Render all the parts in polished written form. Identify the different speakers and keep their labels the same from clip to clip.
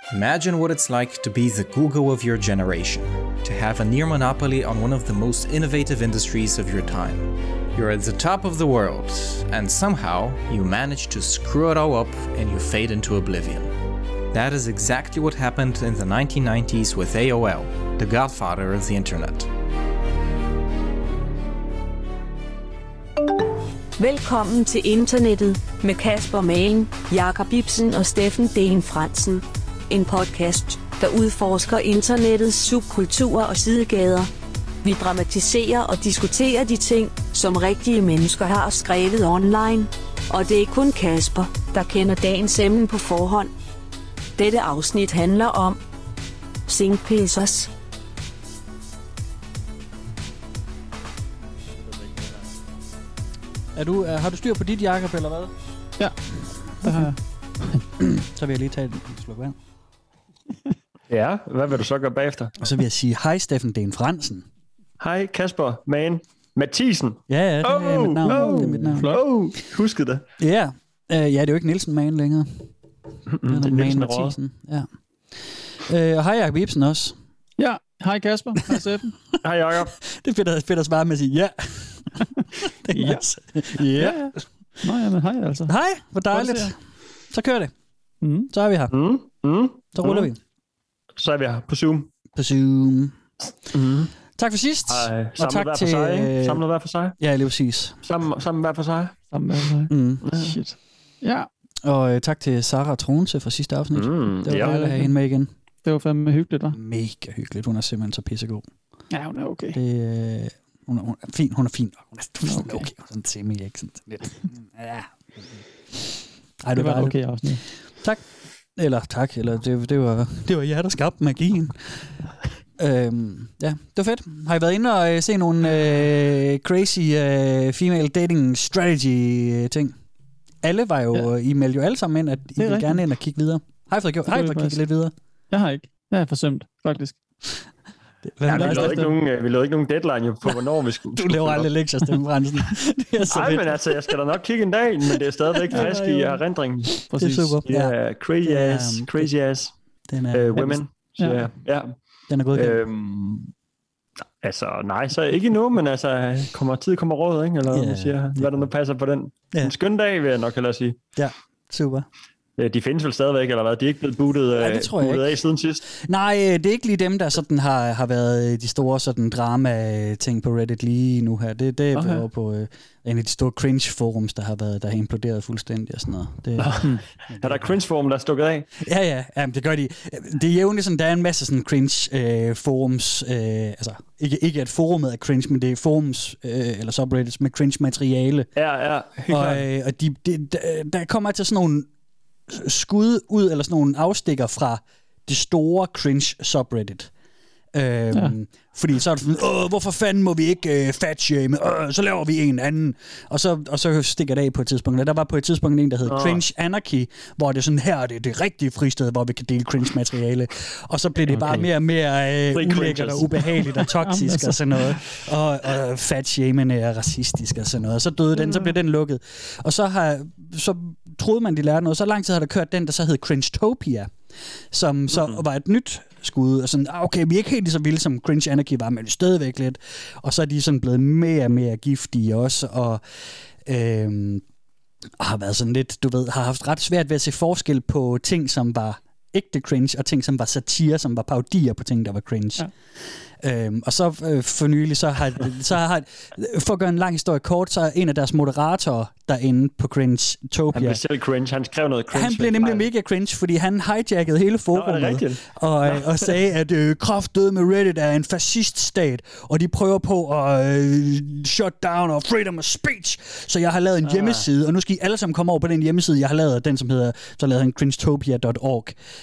Speaker 1: Imagine what it's like to be the Google of your generation, to have a near monopoly on one of the most innovative industries of your time. You're at the top of the world, and somehow you manage to screw it all up and you fade into oblivion. That is exactly what happened in the 1990s with AOL, the godfather of the internet.
Speaker 2: Velkommen til internettet med Kasper Magen, Jakob Ibsen og Steffen Dehn Fransen. En podcast, der udforsker internettets subkulturer og sidegader. Vi dramatiserer og diskuterer de ting, som rigtige mennesker har skrevet online. Og det er kun Kasper, der kender dagens emne på forhånd. Dette afsnit handler om Singpissers.
Speaker 3: Har du styr på dit, Jakob, eller hvad?
Speaker 4: Ja, det har jeg.
Speaker 3: Så vil jeg lige tage et sluk vand.
Speaker 5: Ja, hvad vil du så gøre bagefter?
Speaker 3: Og så vil jeg sige, hej Steffen Dehn Fransen.
Speaker 5: Hej Kasper Mathisen.
Speaker 3: Ja, det er mit navn. Det er mit navn.
Speaker 5: Husket det.
Speaker 3: Ja, ja, det er jo ikke Nielsen Magen længere.
Speaker 5: Det er Nielsen
Speaker 3: Mathisen. Ja. Og hej Jakob Ibsen også.
Speaker 4: Ja, hej Kasper. Hej Steffen.
Speaker 5: Hej Jakob.
Speaker 3: Det er fedt at svare med at sige ja. Ja.
Speaker 4: Nå ja, men hej altså.
Speaker 3: Hej, hvor dejligt. Så kører det. Så er vi her. Så ruller vi.
Speaker 5: Så er vi her på Zoom.
Speaker 3: Tak for sidst.
Speaker 5: Og tak til... Samlet hver for sig.
Speaker 3: Ja, lige præcis.
Speaker 5: Sammen hver for sig.
Speaker 4: Shit. Ja.
Speaker 3: Og tak til Sarah Tronse for sidste afsnit. Det var dejligt at have hende med igen.
Speaker 4: Det var fandme hyggeligt, hva'?
Speaker 3: Mega hyggeligt. Hun er simpelthen så pissegod.
Speaker 4: Ja, hun er okay.
Speaker 3: Hun er fin. Hun er fin. Hun er okay. Hun er sådan semi, ikke sådan lidt. Ja. Ej,
Speaker 4: det var et okay afsnit.
Speaker 3: Tak. Eller det var jer, der skabte magien. Ja, det var fedt. Har I været inde og se nogle crazy female dating strategy ting? Alle var jo, I meldte jo alle sammen ind, at I ville gerne ind og kigge videre. Har I fået kigge lidt videre?
Speaker 4: Jeg har ikke. Jeg er forsømt, faktisk.
Speaker 5: Vi lavede ikke nogen deadline jo på, hvornår vi skulle.
Speaker 3: Du laver aldrig lektier, Steffen Fransen.
Speaker 5: Nej, men altså, jeg skal da nok kigge en dag, men det er stadigvæk frisk i erindringen.
Speaker 3: Det er super.
Speaker 5: Ja, crazy ass women.
Speaker 3: Ja. Den er god.
Speaker 5: Altså, nej, så ikke endnu, men altså, tid kommer råd, ikke? Eller hvad siger, hvad der nu passer på den. En skøn dag, vil jeg nok hellere sige.
Speaker 3: Ja, super.
Speaker 5: De findes vel stadigvæk, eller hvad? De er ikke blevet bootet af siden sidst?
Speaker 3: Nej, det er ikke lige dem, der sådan har været de store sådan drama-ting på Reddit lige nu her. Det er over på en af de store cringe-forums, der har imploderet fuldstændig og sådan noget.
Speaker 5: Er der cringe-forum, der er stukket af?
Speaker 3: Ja, det gør de. Det er jævnligt sådan, der er en masse sådan cringe-forums, altså ikke at forumet er cringe, men det er forums eller subreddits med cringe-materiale.
Speaker 5: Ja.
Speaker 3: Og der kommer til sådan nogle skud ud, eller sådan nogle afstikker fra det store cringe subreddit. Fordi så er det sådan, hvorfor fanden må vi ikke fat-shame? Så laver vi en anden. Og så stikker det af på et tidspunkt. Der var på et tidspunkt en, der hed Cringe Anarchy, hvor det sådan, her er det rigtige fristed, hvor vi kan dele cringe-materiale. Og så blev det bare mere og mere ulækkert og ubehageligt og toksisk og sådan noget. Og fat-shamende og racistisk og sådan noget. Og så døde den, så blev den lukket. Og så troede man, de lærte noget. Så lang tid har der kørt den, der så hed Cringetopia, som så var et nyt skud, og sådan, okay, vi er ikke helt lige så vilde som Cringe Anarchy var, men stadigvæk lidt. Og så er de sådan blevet mere og mere giftige også, og har været sådan lidt, du ved, har haft ret svært ved at se forskel på ting, som var ægte cringe, og ting, som var satire, som var parodier på ting, der var cringe. Ja. Og så for nylig, så har for at gøre en lang historie kort, så er en af deres moderatorer derinde på Cringetopia.
Speaker 5: Han blev selv cringe, han skrev noget cringe.
Speaker 3: Han blev nemlig mega cringe, fordi han hijackede hele forummet og sagde, at kraftedeme med Reddit er en fasciststat, og de prøver på at shut down og freedom of speech, så jeg har lavet en hjemmeside, og nu skal I alle sammen komme over på den hjemmeside, jeg har lavet, den som hedder, så lavede han cringetopia.org.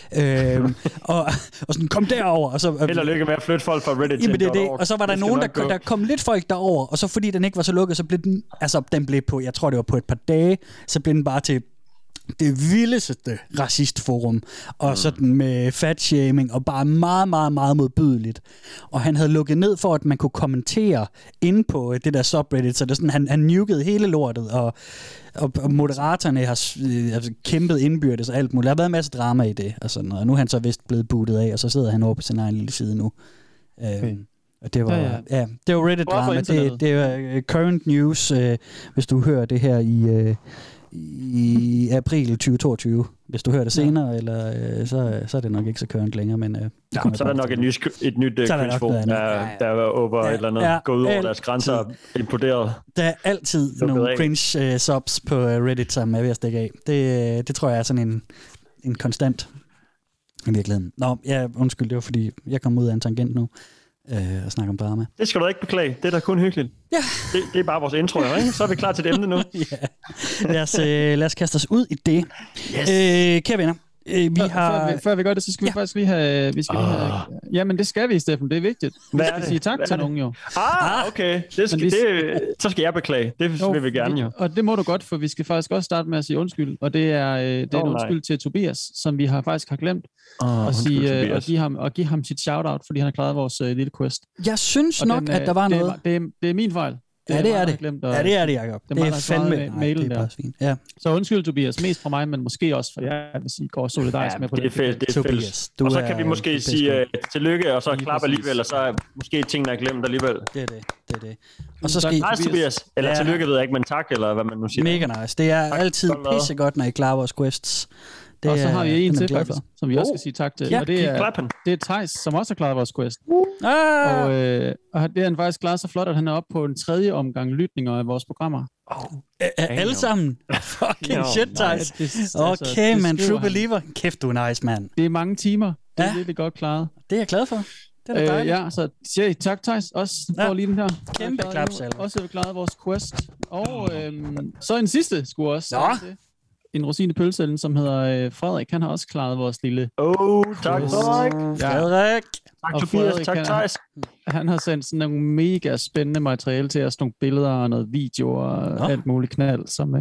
Speaker 3: Og sådan, kom derover. Og så,
Speaker 5: held og lykke med at flytte folk fra Reddit til
Speaker 3: det. Og så var der nogen, der kom lidt folk derover, og så fordi den ikke var så lukket, så blev den blev på, jeg tror det var på et par dage, så blev den bare til det vildeste racistforum, og sådan med fatshaming, og bare meget, meget, meget modbydeligt. Og han havde lukket ned for, at man kunne kommentere inde på det der subreddit, så det er sådan, han nukede hele lortet, og moderatorerne har kæmpet indbyrdes og alt muligt. Der har været en masse drama i det, og sådan noget. Og nu er han så vist blevet bootet af, og så sidder han over på sin egen lille side nu. Okay. Og det var, det var Reddit-drama. Det er current news, hvis du hører det her i april 2022. Hvis du hører det senere, eller så er det nok ikke så current længere, men
Speaker 5: så er der nok et nyt cringe-forum, der er over et eller andet, gået ud over deres grænser og imploderet.
Speaker 3: Der er altid nogle cringe-subs på Reddit, som er ved at stikke af. Det tror jeg er sådan en konstant i virkeligheden. Nå, undskyld, det var fordi, jeg kom ud af en tangent nu. Og snakke om drama.
Speaker 5: Det skal du ikke beklage. Det er da kun hyggeligt.
Speaker 3: Ja.
Speaker 5: Det er bare vores intro, ikke? Så er vi klar til et emne nu.
Speaker 3: Lad os kaste os ud i det. Yes. Kære venner,
Speaker 4: før vi gør det, så skal vi faktisk lige have... Jamen, det skal vi, Steffen. Det er vigtigt. Vi skal sige tak til nogen, jo.
Speaker 5: Okay. Så skal jeg beklage. Det vil vi gerne, jo.
Speaker 4: Og det må du godt, for vi skal faktisk også starte med at sige undskyld. Og det er en undskyld til Tobias, som vi faktisk har glemt. Og give ham sit shout-out, fordi han har klaret vores lille quest.
Speaker 3: Jeg synes nok, at der var noget...
Speaker 4: Det er min fejl.
Speaker 3: Ja, det er det. Det er det, Jacob. Det er fandme
Speaker 4: mailen der. Ja. Så undskyld, Tobias. Mest fra mig, men måske også for jer, vil sige, går solidarisk med på det.
Speaker 5: Det er fælles. Og så kan vi måske sige tillykke, og så klap alligevel, og så måske tingene er glemt alligevel.
Speaker 3: Det er det. Og så skal
Speaker 5: nice, Tobias. Eller tillykke, ved jeg ikke, men tak, eller hvad man nu siger.
Speaker 3: Mega nice. Det er altid pissegodt, når I klarer vores quests.
Speaker 4: Og så har vi en til, faktisk, som vi også skal sige tak til.
Speaker 3: Ja,
Speaker 4: og det er Theis, som også har klaret vores quest. Og det er han faktisk klaret så flot, at han er oppe på en 3. omgang lytninger af vores programmer.
Speaker 3: Alle sammen? Fucking shit, Theis. Okay, man. True believer. Kæft, du er nice, man.
Speaker 4: Det er mange timer. Det er virkelig godt klaret.
Speaker 3: Det er jeg glad for. Det er dejligt.
Speaker 4: Ja, så siger I tak, Theis. Også for lige den her.
Speaker 3: Kæmpe klapsalve.
Speaker 4: Også har klaret vores quest. Og så en sidste skulle også. En rosin i pølseælden, som hedder Frederik. Han har også klaret vores lille...
Speaker 5: tak Frederik.
Speaker 3: Frederik.
Speaker 5: Tak Tobias, tak Theis.
Speaker 4: Han har sendt sådan nogle mega spændende materiale til os. Nogle billeder og noget video og alt muligt knald, som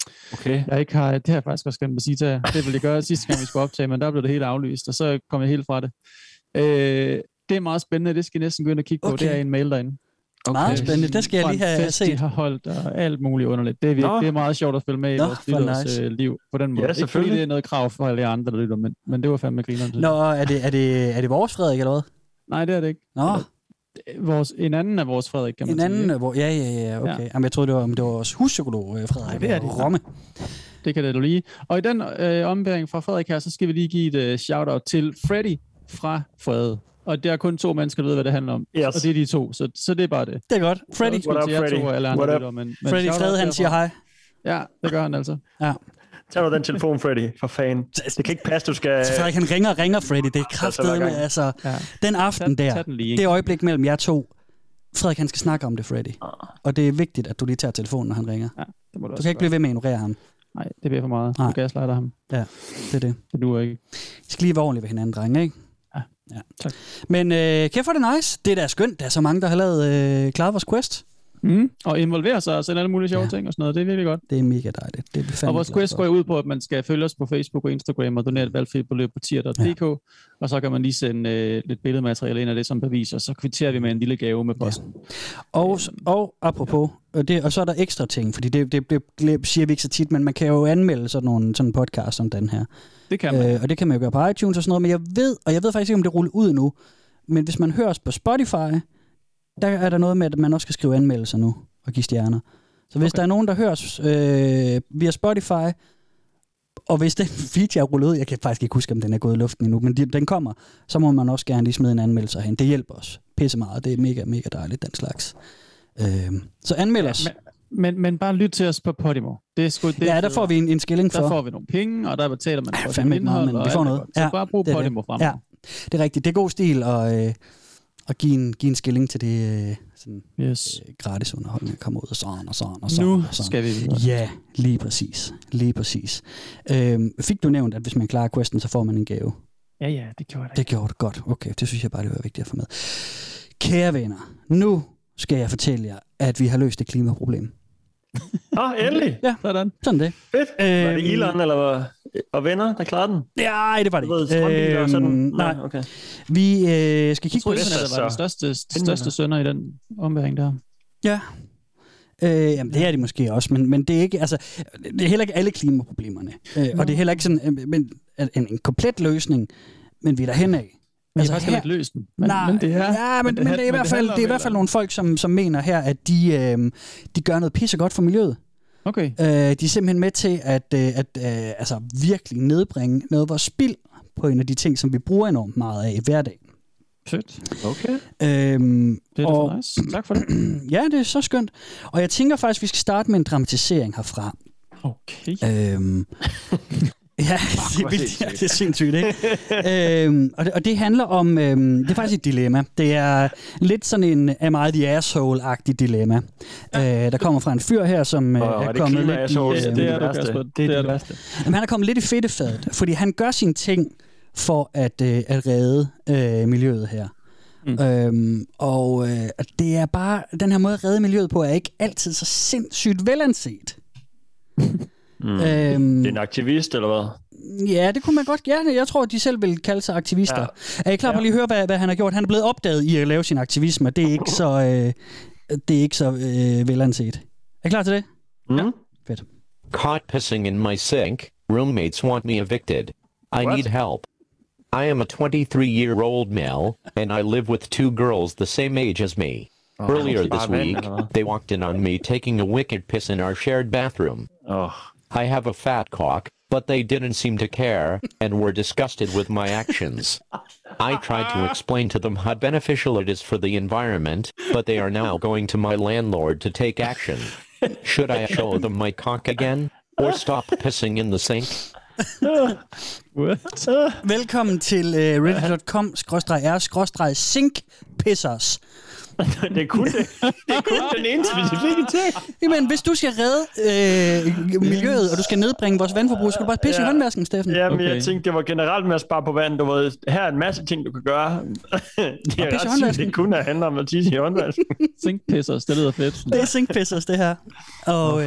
Speaker 4: jeg ikke har... Det har jeg faktisk også glemt at sige til jer. Det ville jeg gøre sidste gang, vi skulle optage, men der blev det helt aflyst, og så kom jeg helt fra det. Det er meget spændende. Det skal I næsten gå ind og kigge på. Det er en mail derinde.
Speaker 3: Meget spændende, det skal jeg lige have set.
Speaker 4: De har holdt og alt muligt underligt. Det er meget sjovt at følge med i vores lytters liv på den måde.
Speaker 5: Ja,
Speaker 4: ikke fordi det er noget krav for alle andre, der lytter, men det var fandme grineren.
Speaker 3: Nå, er det vores Frederik, eller hvad?
Speaker 4: Nej, det er det ikke.
Speaker 3: Nå.
Speaker 4: En anden af vores Frederik, kan man
Speaker 3: sige. En anden af vores, ja, okay. Ja. Jamen, jeg troede, det var vores huspsykolog, Frederik.
Speaker 4: Nej, det er det.
Speaker 3: Romme.
Speaker 4: Det kan det du lige. Og i den ombæring fra Frederik her, så skal vi lige give et shout-out til Freddy fra Frede. Og det er kun 2 mennesker, der ved, hvad det handler om. Yes. Og det er de 2, så det er bare det.
Speaker 3: Det er godt. Freddy.
Speaker 5: What up, Freddy?
Speaker 3: Men Freddy Frede, han siger hej.
Speaker 4: Ja, det gør han altså.
Speaker 3: Ja.
Speaker 5: Tag du den telefon, Freddy, for fan. Det kan ikke passe, du skal...
Speaker 3: Så Frederik, han ringer Freddy. Det er kraftedeme, altså. Ja. Den aften det øjeblik mellem jer 2, Frederik, han skal snakke om det, Freddy. Og det er vigtigt, at du lige tager telefonen, når han ringer. Ja, det må du kan ikke blive ved med at ignorere ham.
Speaker 4: Nej, det bliver for meget. Du gaslighter ham.
Speaker 3: Ja, det er det.
Speaker 4: Det duer ikke.
Speaker 3: I skal lige være ordentligt ved hinanden, drenge, ikke? Ja, tak. Men kæft for det nice. Det er da skønt. Der er så mange, der har lavet klaret vores quest.
Speaker 4: Og involverer sig og sende alle mulige sjove ting og sådan noget. Det er virkelig godt.
Speaker 3: Det er mega dejligt. Det er
Speaker 4: og vores quest går ud på, at man skal følge os på Facebook og Instagram og donere et valgfrit beløb på tier.dk, og så kan man lige sende lidt billedmateriale ind af det som bevis, og så kvitterer vi med en lille gave med posten.
Speaker 3: Og apropos, og så er der ekstra ting, fordi det siger vi ikke så tit, men man kan jo anmelde sådan en podcast som den her.
Speaker 4: Det kan man.
Speaker 3: Og det kan man jo gøre på iTunes og sådan noget, men jeg ved faktisk ikke, om det ruller ud nu, men hvis man hører os på Spotify, der er der noget med, at man også skal skrive anmeldelser nu og give stjerner. Så hvis der er nogen, der hører os via Spotify, og hvis den feature er rullet ud, jeg kan faktisk ikke huske, om den er gået i luften endnu, men den kommer, så må man også gerne lige smide en anmeldelse hen. Det hjælper os pisse meget. Det er mega, mega dejligt, den slags. Så anmeld os.
Speaker 4: Men bare lyt til os på Podimo. Det er sgu,
Speaker 3: der får vi en skilling for.
Speaker 4: Der får vi nogle penge, og der betaler man for det indhold.
Speaker 3: Men vi får noget.
Speaker 4: Så bare brug Podimo frem.
Speaker 3: Ja, det er rigtigt. Det er god stil at give en skilling til det gratis underholdning, at komme ud og sådan.
Speaker 4: Nu skal vi videre.
Speaker 3: Ja, lige præcis. Fik du nævnt, at hvis man klarer questen, så får man en gave?
Speaker 4: Ja, det gjorde det.
Speaker 3: Det gjorde det godt. Okay, det synes jeg bare, det var vigtigt at få med. Kære venner, nu skal jeg fortælle jer, at vi har løst et klimaproblem.
Speaker 5: Endelig.
Speaker 3: Ja, sådan det.
Speaker 5: Fedt. Var det Elon og venner, der klarede den?
Speaker 3: Nej, det var det ikke.
Speaker 5: Nej, okay.
Speaker 3: Vi skal kigge på
Speaker 4: det. Det var den største sønder i den omværing der.
Speaker 3: Ja. Jamen, det er de måske også, men det er ikke, altså, det er heller ikke alle klimaproblemerne. Og det er heller ikke sådan en komplet løsning, men vi er derhen af.
Speaker 4: Vi har faktisk ikke løst den. Men det er
Speaker 3: i hvert fald nogle folk, som mener her, at de gør noget pissegodt for miljøet.
Speaker 4: Okay.
Speaker 3: De er simpelthen med til at altså virkelig nedbringe noget af vores spild på en af de ting, som vi bruger enormt meget af i hverdagen.
Speaker 4: Fedt.
Speaker 5: Okay.
Speaker 3: Det
Speaker 4: er nice. Tak for det.
Speaker 3: Ja, det er så skønt. Og jeg tænker faktisk, vi skal starte med en dramatisering herfra.
Speaker 4: Okay.
Speaker 3: Ja, det er sindssygt, ikke? Og det handler om, det er faktisk et dilemma. Det er lidt sådan en Am I the Asshole-agtig dilemma. Der kommer fra en fyr her, som er kommet lidt i...
Speaker 4: Det er det værste.
Speaker 3: Jamen, han er kommet lidt i fedtefadet, fordi han gør sine ting for at redde miljøet her. Og det er bare, den her måde at redde miljøet på, er ikke altid så sindssygt velanset.
Speaker 5: Det er en aktivist, eller hvad?
Speaker 3: Ja, det kunne man godt gerne. Jeg tror, de selv vil kalde sig aktivister. Ja. Er I klar på at lige høre, hvad han har gjort? Han er blevet opdaget i at lave sin aktivisme. Det er ikke så velanset. Er I klar til det?
Speaker 5: Ja.
Speaker 3: Fedt.
Speaker 6: Caught pissing in my sink. Roommates want me evicted. I need help. I am a 23-year-old male, and I live with 2 girls the same age as me. Earlier this week, they walked in on me taking a wicked piss in our shared bathroom. I have a fat cock, but they didn't seem to care, and were disgusted with my actions. I tried to explain to them how beneficial it is for the environment, but they are now going to my landlord to take action. Should I show them my cock again, or stop pissing in the sink?
Speaker 3: Velkommen til reddit.com/r/sinkpissers.
Speaker 5: Det er kun den ene specifikke ting.
Speaker 3: Jamen, hvis du skal redde miljøet, og du skal nedbringe vores vandforbrug, så skal du bare pisse i håndvasken, Steffen.
Speaker 5: Ja, men jeg tænkte, det var generelt med at spare på vand. Du ved, her er en masse ting, du kan gøre. Det er ret sygt, det kun handler om at tisse i håndvasken.
Speaker 4: Sinkpissers, det lyder fedt.
Speaker 3: Det er sinkpissers, det her. Og,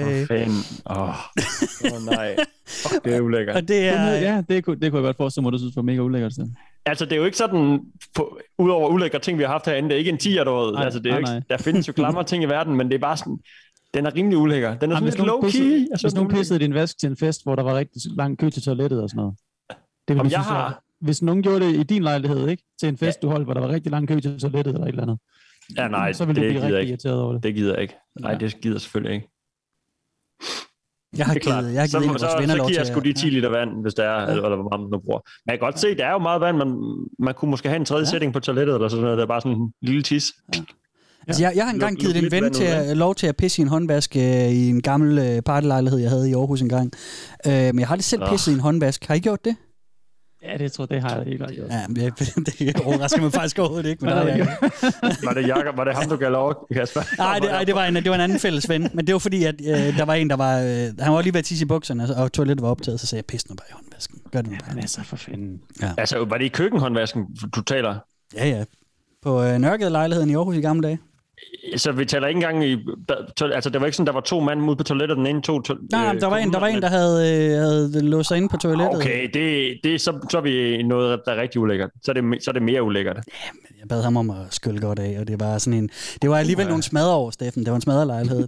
Speaker 5: nej. Det er ulækkert.
Speaker 3: Og det er...
Speaker 4: Ja, det kunne jeg godt forestille mig, du synes var mega ulækkert.
Speaker 5: Altså, det er jo ikke sådan, udover ulækre ting, vi har haft herinde, det er ikke en 10'er, du ved. Altså, det er ikke, der findes jo klamre ting i verden, men det er bare sådan, den er rimelig ulækker. Den er sådan lidt low-key.
Speaker 4: Hvis nogen pissede din vask til en fest, hvor der var rigtig lang kø til toilettet og sådan noget. Det vil hvis nogen gjorde det i din lejlighed, ikke? Til en fest, du holdt, hvor der var rigtig lang kø til toilettet eller et eller andet.
Speaker 5: Ja, nej,
Speaker 4: så vil du blive rigtig irriteret over det.
Speaker 5: Det gider jeg ikke. Nej, det gider selvfølgelig ikke.
Speaker 3: Jeg har givet en af vores venner lov til.
Speaker 5: Så giver jeg sgu de 10 liter vand, hvis der er, eller hvor meget man nu bruger. Men jeg kan godt se, der er jo meget vand, man kunne måske have en tredje setting på toilettet, eller sådan noget. Det er bare sådan en lille tis.
Speaker 3: Ja. Altså, jeg har engang givet en ven lov til at pisse i en håndvask i en gammel partylejlighed, jeg havde i Aarhus engang. Men jeg har aldrig selv pisset i en håndvask. Har I gjort det?
Speaker 4: Ja, det har jeg helt gjort.
Speaker 3: Ja, det overrasker mig faktisk overhovedet ikke. Men
Speaker 5: var det Jakob? Var det ham, du gav lov, Kasper?
Speaker 3: Nej, det var en anden fælles ven. Men det var fordi, at der var en, der var... han var lige ved at tisse i bukserne, og toilettet var optaget, så sagde jeg, pis nu bare i håndvasken. Gør det nu bare.
Speaker 4: Ja, så for fanden.
Speaker 5: Ja. Altså, var det i køkkenhåndvasken, du taler?
Speaker 3: Ja. På Nørregade-lejligheden i Aarhus i gamle dage.
Speaker 5: Så vi taler ikke engang i... Altså, det var ikke sådan, der var 2 mænd ude på toilettet, den ene tog...
Speaker 3: Nej, der var en, der havde låst sig inde på toilettet.
Speaker 5: Okay, så er vi noget, der er rigtig ulækkert. Så er det mere ulækkert.
Speaker 3: Ja, men jeg bad ham om at skylle godt af, og det var sådan en... Det var alligevel nogle smadre over, Steffen. Det var en smadrelejlighed.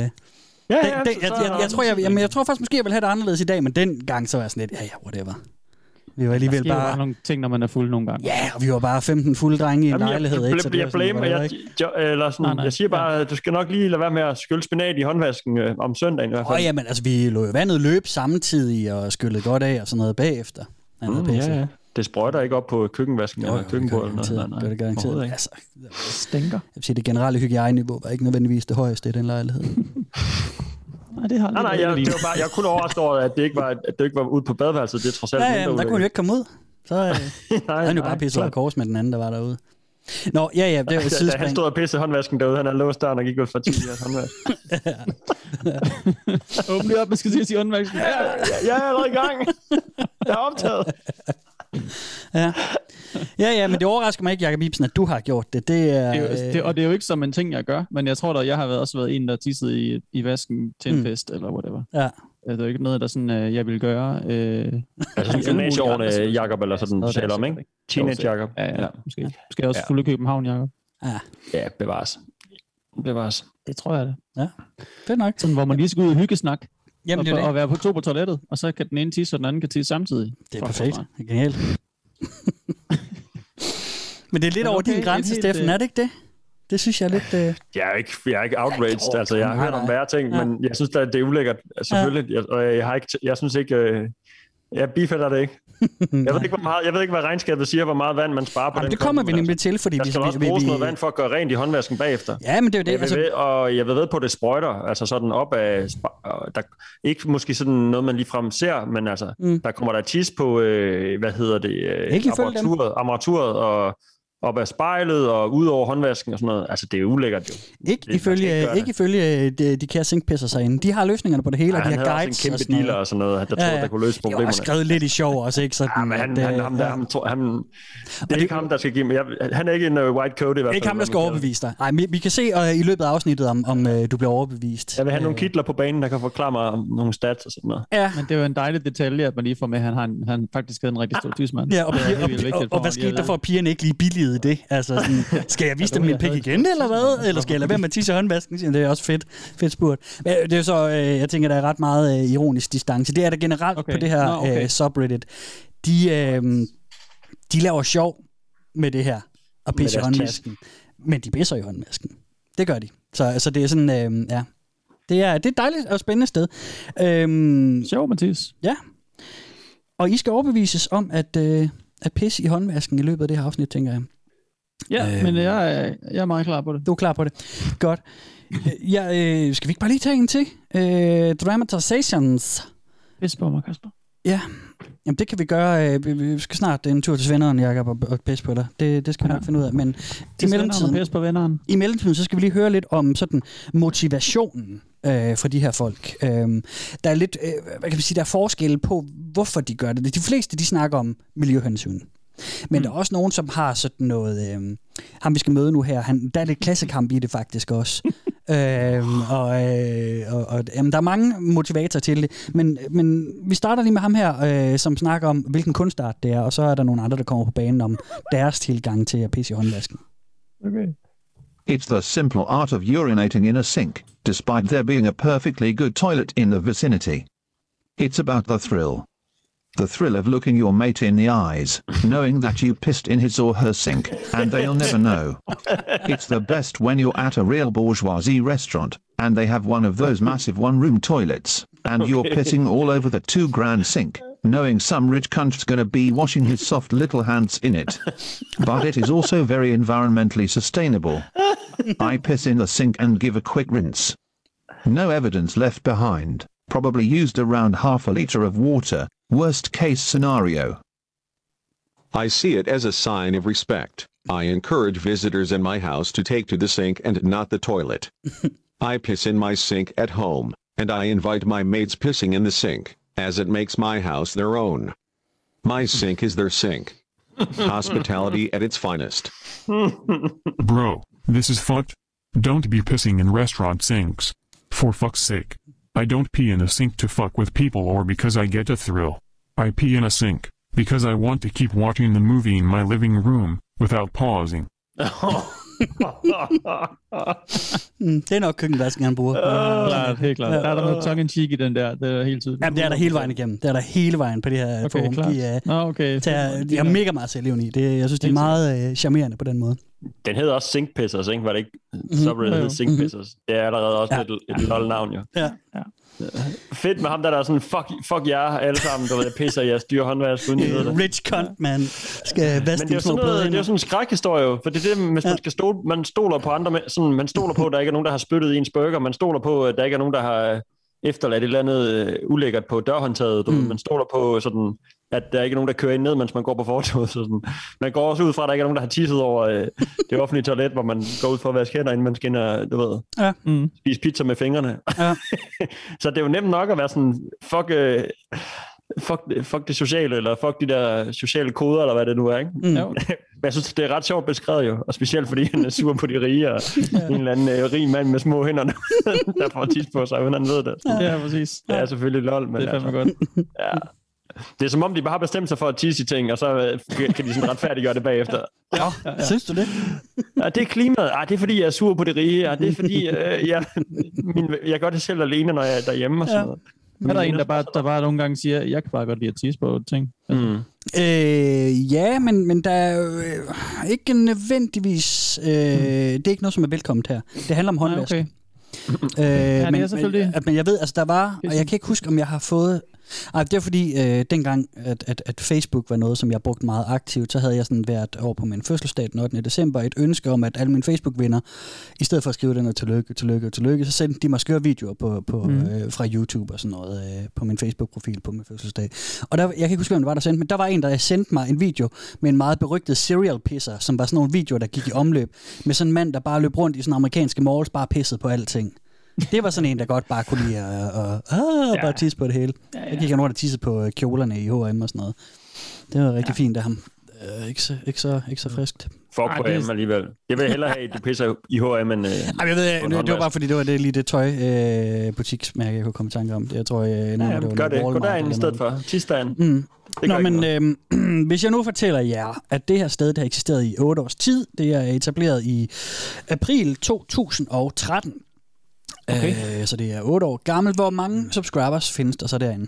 Speaker 3: Jeg tror faktisk måske, jeg vil have det anderledes i dag, men dengang så var jeg sådan lidt, whatever. Vi var alligevel bare
Speaker 4: nogle ting, når man er fuld nogle gange.
Speaker 3: Ja, og vi var bare 15 fulde drenge i en lejlighed.
Speaker 5: Jeg siger bare, du skal nok lige lade være med at skylle spinat i håndvasken om søndagen i hvert fald.
Speaker 3: Jamen, altså vi lå jo vandet løbe samtidig og skyllede godt af og sådan noget bagefter.
Speaker 5: Ja. Det sprøjter ikke op på køkkenvasken eller køkkenbordet eller noget.
Speaker 3: Det er det garanteret. Altså,
Speaker 4: stinker.
Speaker 3: Jeg vil sige, det generelle hygiejneniveau var ikke nødvendigvis det højeste i den lejlighed.
Speaker 5: Nej, jeg kunne overrasket over, at det ikke var ude på badeværelset. Det er trods alt
Speaker 3: der kunne vi jo ikke komme ud. Så han jo bare pisset over kors med den anden, der var derude. Nå, ja, det var et sidespring.
Speaker 5: Da han stod og pissede håndvasken derude, han havde låst døren og gik ud for 10 jeres håndvask.
Speaker 4: Åbn lige op, man skal sige håndvasken.
Speaker 5: Jeg er allerede i gang. Jeg er optaget.
Speaker 3: Ja. Ja, men det overrasker mig ikke, Jacob Ibsen, at du har gjort det.
Speaker 4: Og det er jo ikke som en ting, jeg gør, men jeg tror da, jeg har også været en, der tissede i vasken til en fest, eller whatever.
Speaker 3: Ja.
Speaker 4: Det er jo ikke noget, der sådan, jeg vil gøre.
Speaker 5: Altså sådan gymnasieårene, Jacob, eller sådan, selv om, ikke? Teenage Jacob.
Speaker 4: Ja. Måske også fulde København, Jacob.
Speaker 5: Ja, bevares.
Speaker 4: Det tror jeg det.
Speaker 3: Ja, det er nok.
Speaker 4: Sådan, hvor man lige skal ud og hyggesnak.
Speaker 3: Jamen,
Speaker 4: og være på toilettet, og så kan den ene tisse, og den anden kan tisse samtidig.
Speaker 3: Det er perfekt. Det er genialt. Men det er lidt over din grænse, Steffen, er det ikke det? Det synes jeg er lidt...
Speaker 5: Jeg er ikke outraged. Altså, jeg har hørt om værre ting, men jeg synes, det er ulækkert. Selvfølgelig. Jeg synes ikke... Jeg bifælder det ikke. Jeg ved ikke, hvad regnskabet siger, hvor meget vand man sparer på den.
Speaker 3: Det kommer vi nemlig til, fordi
Speaker 5: der skal også bruges noget vand for at gøre rent i håndvasken bagefter.
Speaker 3: Ja, men det er jo det.
Speaker 5: Og jeg ved på, det sprøjter, altså sådan op af... ikke måske sådan noget, man ligefrem ser, men altså, der kommer der tis på, apparaturet og op ad spejlet og ud over håndvasken og sådan noget. Altså, det er ulækkert jo.
Speaker 3: Ikke ifølge de kære sinkpisser sig inde. De har løsningerne på det hele, og de har guides.
Speaker 5: Han havde også en kæmpe dealer og sådan noget, der troede, der kunne løse problemerne.
Speaker 3: Det var skrevet lidt i sjov også, ikke? Sådan,
Speaker 5: men det er ikke ham, der skal give mig. Han er ikke en white coat i hvert fald.
Speaker 3: Ikke ham, der skal overbevise dig. Nej, vi kan se i løbet af afsnittet, om du bliver overbevist.
Speaker 5: Jeg vil have nogle kitler på banen, der kan forklare mig om nogle stats og sådan noget.
Speaker 4: Ja, men det er jo en dejlig detalje, at man lige får med, at han faktisk havde en rigtig stor tidsmand.
Speaker 3: Ja, og hvad skete der for, at pigerne ikke lige billigede det? Altså, sådan, skal jeg vise dem min pik igen, eller hvad? Eller skal jeg lade være med at tisse i håndvasken? Det er også fedt spurgt. Det er jo så, jeg tænker, der er ret meget ironisk distance. Det er der generelt på det her subreddit. De laver sjov med det her, og pisse i håndvasken. Men de pisser i håndvasken. Det gør de. Så det er sådan, ja. Det er et dejligt og spændende sted.
Speaker 4: Sjov, Mathias.
Speaker 3: Ja. Og I skal overbevises om, at pisse i håndvasken i løbet af det her afsnit, tænker jeg.
Speaker 4: Ja, men jeg er meget klar på det.
Speaker 3: Du er klar på det. Godt. Skal vi ikke bare lige tage en til? Dramatizations.
Speaker 4: Pisse på mig, Kasper.
Speaker 3: Ja, jamen det kan vi gøre. Vi skal snart en tur til Svenderen, Jacob, og pisse på dig. Det skal vi nok finde ud af. Men i mellemtiden, så skal vi lige høre lidt om sådan motivationen for de her folk. Der er lidt, hvad kan vi sige, der er forskel på, hvorfor de gør det. De fleste, de snakker om miljøhensyn. Men der er også nogen, som har sådan noget... ham, vi skal møde nu her, der er lidt klassekamp i det faktisk også. Der er mange motivatorer til det. Men vi starter lige med ham her, som snakker om, hvilken kunstart det er, og så er der nogle andre, der kommer på banen om deres tilgang til at pisse i håndvasken.
Speaker 4: Okay.
Speaker 7: It's the simple art of urinating in a sink, despite there being a perfectly good toilet in the vicinity. It's about the thrill. The thrill of looking your mate in the eyes, knowing that you pissed in his or her sink, and they'll never know. It's the best when you're at a real bourgeoisie restaurant, and they have one of those massive one-room toilets, and you're pissing all over the $2,000 sink, knowing some rich cunt's gonna be washing his soft little hands in it. But it is also very environmentally sustainable. I piss in the sink and give a quick rinse. No evidence left behind. Probably used around half a liter of water. Worst case scenario.
Speaker 8: I see it as a sign of respect. I encourage visitors in my house to take to the sink and not the toilet. I piss in my sink at home, and I invite my mates pissing in the sink, as it makes my house their own. My sink is their sink. Hospitality at its finest.
Speaker 9: Bro, this is fucked. Don't be pissing in restaurant sinks. For fuck's sake. I don't pee in a sink to fuck with people or because I get a thrill. I pee in a sink because I want to keep watching the movie in my living room without pausing.
Speaker 3: Det er nok køkkenvasken, han bruger.
Speaker 4: Klart, helt klart. Der er der noget tongue-in-cheek i den der. Det er helt tydeligt.
Speaker 3: Jamen, det er der hele vejen igennem. Det er der hele vejen på det her forum. De har mega meget selvlevn i. Jeg synes, det er meget charmerende på den måde.
Speaker 5: Den hedder også Sinkpissers, ikke? Var det ikke? Subreddit hedder Sinkpissers. Det er allerede også et lol-navn, jo.
Speaker 3: Ja.
Speaker 5: Fedt med ham, der er sådan, fuck jer alle sammen, du ved, jeg pisser jeres dyre håndvask, uden I ved det.
Speaker 3: Rich cunt, man. Skal vaske
Speaker 5: det er jo sådan en skrækhistorie jo, for det er det, hvis man skal man stoler på andre, sådan, man stoler på, at der ikke er nogen, der har spyttet i ens burger, man stoler på, at der ikke er nogen, der har efterladt et eller andet ulækkert på dørhåndtaget, man stoler på sådan, at der ikke er nogen, der kører ind ned, mens man går på fortovet. Man går også ud fra, at der ikke er nogen, der har tisset over det offentlige toilet, hvor man går ud for at vaske hænder, inden man skal ind og, spise pizza med fingrene. Ja. Så det er jo nemt nok at være sådan, fuck fuck det sociale, eller fuck de der sociale koder, eller hvad det nu er, ikke? Men jeg synes, det er ret sjovt beskrevet jo, og specielt fordi han er sur på de rige, og en eller anden rig mand med små hænder, der får tis på sig, uden han ved det.
Speaker 4: Ja, præcis.
Speaker 5: Det er selvfølgelig lol, men
Speaker 4: det er fandme godt.
Speaker 5: Ja. Det er som om, de bare har bestemt sig for at tisse i ting, og så kan de sådan retfærdiggøre det bagefter.
Speaker 3: Ja. Synes du det?
Speaker 5: Ja, det er klimaet. Det er fordi, jeg er sur på det rige. Det er fordi, jeg gør det selv alene, når jeg er derhjemme og sådan noget.
Speaker 4: Er der en, der bare nogle gange siger, jeg kan bare godt lide at tisse på ting?
Speaker 3: Ja, men der er jo ikke nødvendigvis... det er ikke noget, som er velkomment her. Det handler om håndvask.
Speaker 4: Okay. Ja, det er selvfølgelig...
Speaker 3: Men jeg ved, altså der var... Og jeg kan ikke huske, om jeg har fået... det er fordi, dengang, at Facebook var noget, som jeg brugte meget aktivt, så havde jeg sådan været over på min fødselsdag den 8. december et ønske om, at alle mine Facebook-venner, i stedet for at skrive den og tillykke, så sendte de mig skøre videoer fra YouTube og sådan noget på min Facebook-profil på min fødselsdag. Og der, jeg kan ikke huske, hvem det var, der sendte, men der var en, der sendte mig en video med en meget berygtet serial pisser, som var sådan nogle videoer, der gik i omløb, med sådan en mand, der bare løb rundt i sådan amerikanske malls, bare pissede på alting. Det var sådan en, der godt bare kunne lide at bare tisse på det hele. Jeg gik rundt og tissede på kjolerne i H&M og sådan noget. Det var rigtig fint af ham. Ikke så friskt.
Speaker 5: Fuck H&M alligevel. Jeg vil hellere have, at du pisser i H&M end...
Speaker 3: jeg ved, det var bare fordi, det var lige det tøj butiksmærke, jeg kunne komme i tanke om. Jeg tror, det var
Speaker 5: gør det. Gå derind i stedet for. Tis derinde.
Speaker 3: Hvis jeg nu fortæller jer, at det her sted, det har eksisteret i 8 års tid, det er etableret i april 2013. Okay. Så det er 8 år gammelt. Hvor mange subscribers findes der så derinde?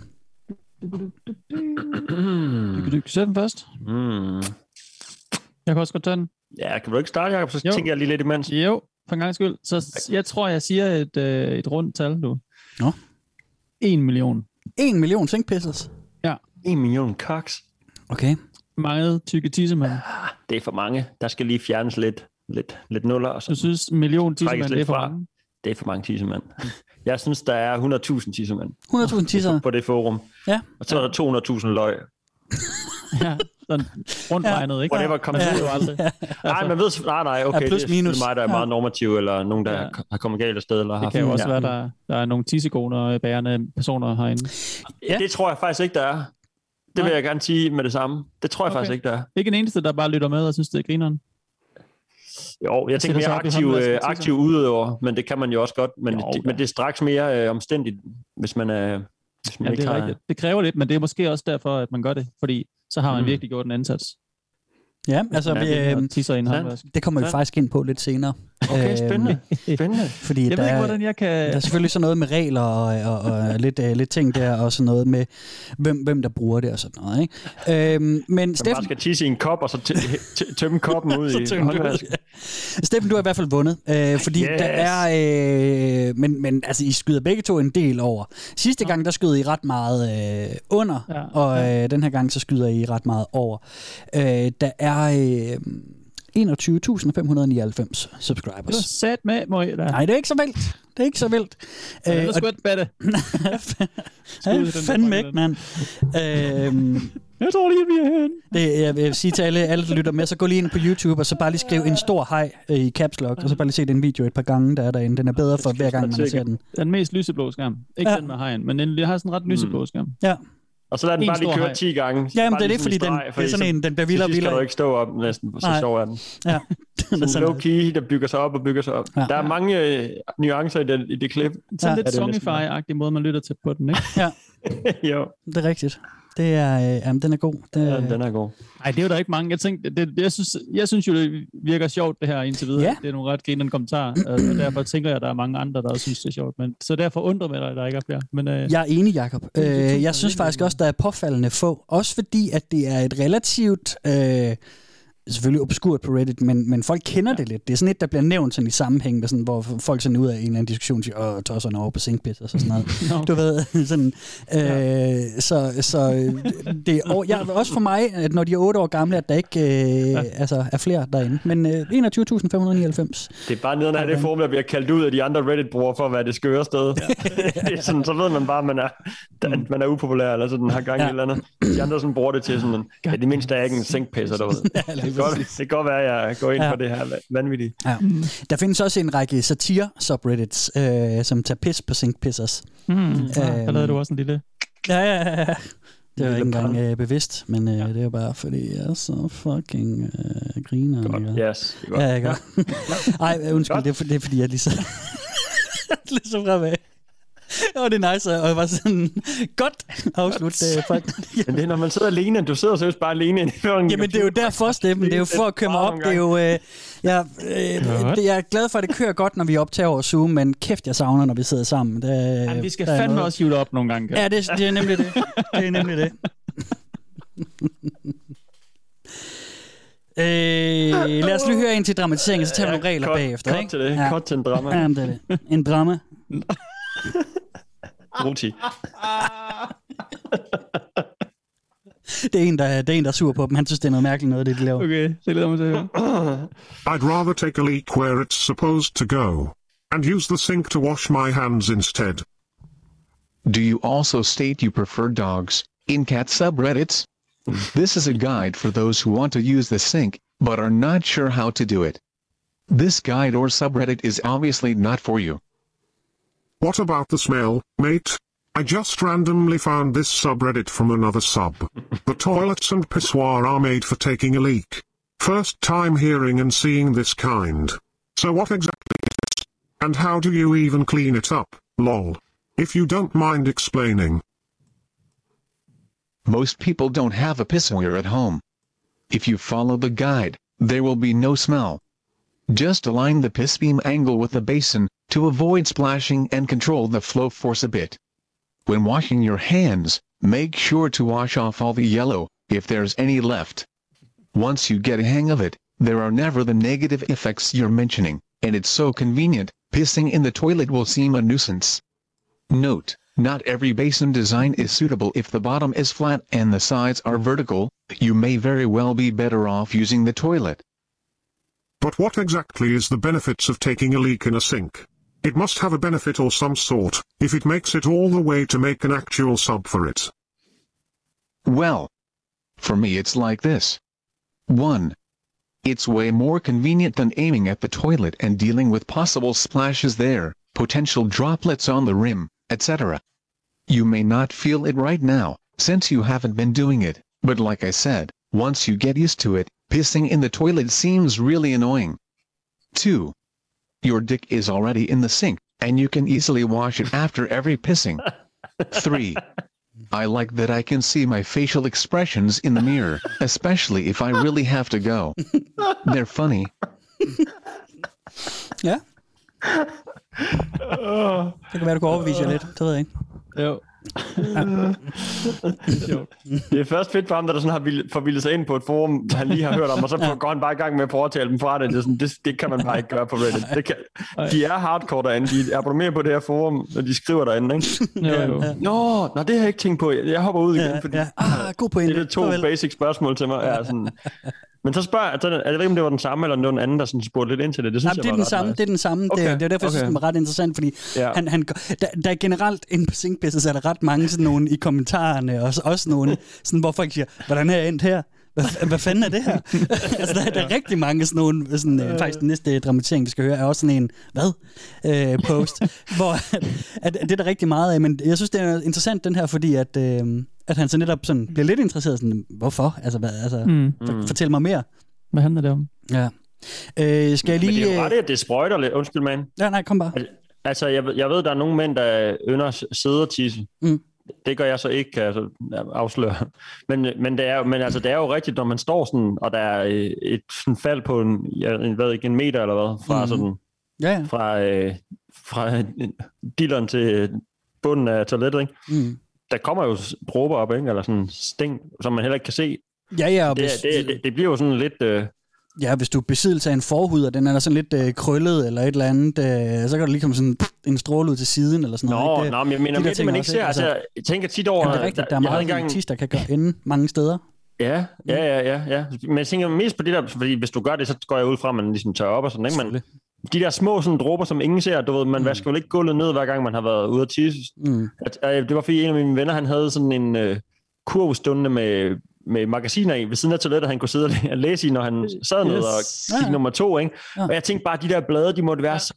Speaker 4: Du kan sætte den først. Jeg kan også godt tage den.
Speaker 5: Ja, kan du ikke starte, Jacob? Så tænker jeg lige lidt imens.
Speaker 4: Jo, for en gang skyld. Så jeg tror, jeg siger et rundt tal nu.
Speaker 3: Nå.
Speaker 4: 1 million.
Speaker 3: 1 million sinkpisses?
Speaker 4: Ja.
Speaker 5: 1 million koks.
Speaker 3: Okay.
Speaker 4: Mange tykke tissemænd.
Speaker 5: Det er for mange. Der skal lige fjernes lidt nuller. Og så
Speaker 4: du synes, 1 million tissemænd, det er for mange?
Speaker 5: Det er for mange tissemænd. Jeg synes, der er 100.000 tissemænd.
Speaker 3: 100.000 tisser?
Speaker 5: På det forum.
Speaker 3: Ja.
Speaker 5: Og så er der 200.000 løg.
Speaker 4: Ja, sådan rundt regnet, ikke?
Speaker 5: Whatever comes ud aldrig. Nej, man ved... Nej, okay,
Speaker 3: plus,
Speaker 5: det er mig, der er meget normativ, eller nogen, der har kommet galt af sted. Eller
Speaker 4: det kan jo også være, der er nogle tissegoner bærende personer herinde.
Speaker 5: Ja. Det tror jeg faktisk ikke, der er. Det vil jeg gerne sige med det samme. Det tror jeg faktisk ikke, der er.
Speaker 4: Ikke en eneste, der bare lytter med og synes, det er grineren?
Speaker 5: Jo, jeg tænker mere aktiv udøver, men det kan man jo også godt. Men det er straks mere omstændigt, hvis man er...
Speaker 4: Ja, det er rigtigt. Det kræver lidt, men det er måske også derfor, at man gør det, fordi så har man virkelig gjort en indsats.
Speaker 3: Ja, altså det kommer vi faktisk ind på lidt senere.
Speaker 5: Okay, spændende.
Speaker 3: Fordi
Speaker 4: jeg ved ikke, hvordan jeg kan...
Speaker 3: Der er selvfølgelig sådan noget med regler og lidt ting der, og sådan noget med, hvem der bruger det og sådan noget. Ikke? Men Steffen...
Speaker 5: Man skal tisse i en kop, og så tømme koppen ud i håndvasken.
Speaker 3: Steffen, du har i hvert fald vundet, fordi der er... Men altså, I skyder begge to en del over. Sidste gang, der skød I ret meget under, og den her gang, så skyder I ret meget over. Der er 21.599 subscribers.
Speaker 4: Det er sat med, Møj.
Speaker 3: Nej, det er ikke så vildt. Det er ikke så vildt.
Speaker 4: Det er sgu et batte.
Speaker 3: Fandme ikke, mand.
Speaker 4: Jeg tror lige, vi er herinde.
Speaker 3: Jeg vil sige til alle, der lytter med, så gå lige ind på YouTube, og så bare lige skriv en stor hej i caps lock, og så bare lige se den video et par gange, der er derinde. Den er bedre for hver gang, man ser den.
Speaker 4: Den mest lyseblå skærm. Ikke den med hejen, men den har sådan en ret lyseblå skærm.
Speaker 3: Ja.
Speaker 5: Og så lader den bare lige køre 10 gange.
Speaker 3: Jamen, det er det, fordi det er sådan en, den bliver vildere og vildere.
Speaker 5: Skal du ikke stå op næsten, så sjov er den.
Speaker 3: Ja.
Speaker 5: Så low-key, der bygger sig op og bygger sig op. Ja. Der er mange nuancer i det klip.
Speaker 4: Sådan lidt Songify-agtig måde, man lytter til på den, ikke?
Speaker 3: Ja.
Speaker 5: Jo.
Speaker 3: Det er rigtigt. Det er, den er god.
Speaker 5: Den er god.
Speaker 4: Nej, det er jo der ikke mange. Jeg synes jo, det virker sjovt, det her indtil videre. Ja. Det er nogle ret grinende kommentarer, og derfor tænker jeg, at der er mange andre, der også synes, det er sjovt. Men, så derfor undrer mig, at der ikke er flere. Men,
Speaker 3: jeg er enig, Jacob. Jeg synes faktisk også, der er påfaldende få. Også fordi, at det er et relativt... selvfølgelig obskurt på Reddit, men folk kender det lidt. Det er sådan et, der bliver nævnt sådan i sammenhæng, der sådan, hvor folk sådan ud af en eller anden diskussion siger, tosserne over på sinkpis og sådan noget. Du ved, sådan. Så det er også for mig, at når de er 8 år gamle, at der ikke er flere derinde. Men 21.599.
Speaker 5: Det er bare nederen af det forum, der bliver kaldt ud af de andre Reddit-brugere for at være det skøre sted. Det er sådan, så ved man bare, at man er upopulær, eller sådan har gang i et eller andet. De andre sådan bruger det til sådan, det mindste er ikke en sinkpisser derude. Det kan godt være, at jeg går ind på det her vanvittigt.
Speaker 3: Ja. Der findes også en række satire-subreddits, som tager pis på sinkpissers.
Speaker 4: Der lavede du også en lille...
Speaker 3: Ja. Det er ikke engang bevidst, men det er jo bare, fordi jeg er så fucking griner.
Speaker 5: Godt, yes. Det er godt.
Speaker 3: Ja, jeg gør. Ej, undskyld, det er fordi, jeg lige så fremad. Det er nice, og jeg var sådan, godt afslut.
Speaker 5: Men det er, når man sidder alene, du sidder seriøst bare alene.
Speaker 3: Jamen, det er jo derfor stemmen, det er jo for at køre mig op. Det er jo, jeg er glad for, at det kører godt, når vi optager over Zoom, men kæft, jeg savner, når vi sidder sammen.
Speaker 4: Jamen, vi skal fandme også hive det op nogle gange.
Speaker 3: Ja, det er nemlig det. Det er nemlig det. Lad os lige høre en til dramatisering, så tager vi nogle regler bagefter.
Speaker 5: Kort til det.
Speaker 3: Ja.
Speaker 5: Kort til en drama.
Speaker 3: Ja, det er det. En drama.
Speaker 5: Ruti.
Speaker 3: Det er en, der er sur på dem. Han synes, det er noget mærkeligt noget, det de laver.
Speaker 4: Okay, det leder mig til at høre.
Speaker 9: I'd rather take a leak where it's supposed to go, and use the sink to wash my hands instead.
Speaker 7: Do you also state you prefer dogs in cat subreddits? This is a guide for those who want to use the sink, but are not sure how to do it. This guide or subreddit is obviously not for you.
Speaker 9: What about the smell, mate? I just randomly found this subreddit from another sub. The toilets and pissoir are made for taking a leak. First time hearing and seeing this kind. So what exactly is this? And how do you even clean it up, lol? If you don't mind explaining.
Speaker 7: Most people don't have a pissoir at home. If you follow the guide, there will be no smell. Just align the piss beam angle with the basin to avoid splashing and control the flow force a bit. When washing your hands, make sure to wash off all the yellow, if there's any left. Once you get a hang of it, there are never the negative effects you're mentioning, and it's so convenient, pissing in the toilet will seem a nuisance. Note, not every basin design is suitable. If the bottom is flat and the sides are vertical, you may very well be better off using the toilet.
Speaker 9: But what exactly is the benefits of taking a leak in a sink? It must have a benefit or some sort, if it makes it all the way to make an actual sub for it.
Speaker 7: Well, for me it's like this. 1. It's way more convenient than aiming at the toilet and dealing with possible splashes there, potential droplets on the rim, etc. You may not feel it right now, since you haven't been doing it, but like I said, once you get used to it, pissing in the toilet seems really annoying. 2. Your dick is already in the sink, and you can easily wash it after every pissing. 3. I like that I can see my facial expressions in the mirror, especially if I really have to go. They're funny.
Speaker 3: Ja. Det kan være, du kan overbevise jer lidt. Det ved jeg ikke.
Speaker 4: Jo.
Speaker 5: Det er først fedt for ham, der sådan har forvildet sig ind på et forum, han lige har hørt om, og så går han bare i gang med at overtale dem fra det. Det, er sådan, det kan man bare ikke gøre på Reddit. De er hardcore derinde. De abonnerer på det her forum, når de skriver derinde, ikke?
Speaker 4: Jo.
Speaker 5: Nå, det har jeg ikke tænkt på. Jeg hopper ud igen, fordi
Speaker 3: god pointe.
Speaker 5: det er 2 basic spørgsmål til mig. Ja, sådan. Men så spørger jeg, jeg ved ikke, om det var den samme, eller den anden, der sådan spurgte lidt ind til det. Det synes
Speaker 3: det er den samme. Okay. Det er derfor, jeg synes, det var ret interessant, fordi der er generelt inde på Sinkpisses, er der ret mange sådan nogle i kommentarerne, og også nogle, sådan, hvor folk siger, hvordan er jeg endt her? Hvad fanden er det her? Altså, der er rigtig mange sådan nogle, sådan, faktisk den næste dramatisering, vi skal høre, er også sådan en, post, hvor at det er der rigtig meget af, men jeg synes, det er interessant, den her, fordi at han så netop sådan bliver lidt interesseret, sådan, hvorfor? Fortæl mig mere.
Speaker 4: Hvad handler det om?
Speaker 3: Ja. Skal jeg lige...
Speaker 5: Men det er jo ret, at det sprøjter lidt. Undskyld, man.
Speaker 3: Ja, nej, kom bare.
Speaker 5: Altså, jeg ved, der er nogle mænd, der ynder sædertisse. Det gør jeg så ikke, kan jeg så afsløre. Men det er jo rigtigt, når man står sådan, og der er et sådan fald på en meter eller hvad, fra sådan...
Speaker 3: Ja.
Speaker 5: Fra dilleren til bunden af toilettet, ikke? Der kommer jo dråber op, ikke? Eller sådan sting, som man heller ikke kan se.
Speaker 3: Ja,
Speaker 5: det bliver jo sådan lidt...
Speaker 3: Ja, hvis du er besiddelse af en forhud, og den er sådan lidt krøllet eller et eller andet, så kan du lige komme sådan en stråle ud til siden eller sådan noget.
Speaker 5: Nå, men jeg mener, det man ikke ser. Altså, jeg tænker tit over...
Speaker 3: Jamen, det er rigtigt, der er meget tis, der kan gøre ende mange steder.
Speaker 5: Ja. Men jeg tænker mest på det der, fordi hvis du gør det, så går jeg ud fra, at man ligesom tørrer op og sådan, ikke? Men de der små sådan dråber, som ingen ser, du ved, man vasker vel ikke gulvet ned, hver gang man har været ude at tisse. Det var fordi en af mine venner, han havde sådan en kurv stående med magasiner i ved siden af toilettet, han kunne sidde og læse i, når han sad ned og gik nummer 2, ikke? Og jeg tænkte bare, de der blade, de måtte være så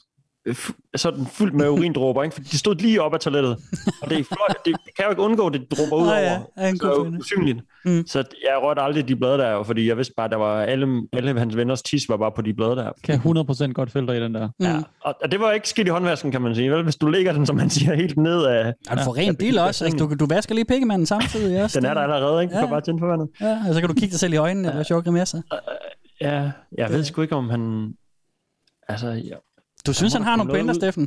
Speaker 5: sådan fyldt med urindråber, ikke? For de stod lige op ad toilettet. Og det kan jo ikke undgå, at det dråber ud over. Så usynligt. Så jeg rørte aldrig de blade der, fordi jeg vidste bare, at der var alle hans venners tis var bare på de blade der.
Speaker 4: Kan 100% godt følge dig i den der.
Speaker 5: Ja, og det var ikke skidt i håndvasken, kan man sige. Vel? Hvis du lægger den, som man siger, helt ned af...
Speaker 3: Du får ren bil også. Altså, du vasker lige pikkemanden samtidig også.
Speaker 5: Den er der allerede, ikke? Du kan bare tænde for vandet.
Speaker 3: Ja, og så kan du kigge dig selv i øjnene eller sjove grimasser.
Speaker 5: Ja, jeg ved sgu ikke, om han... Altså,
Speaker 3: du synes, han har nogle pointer, Steffen?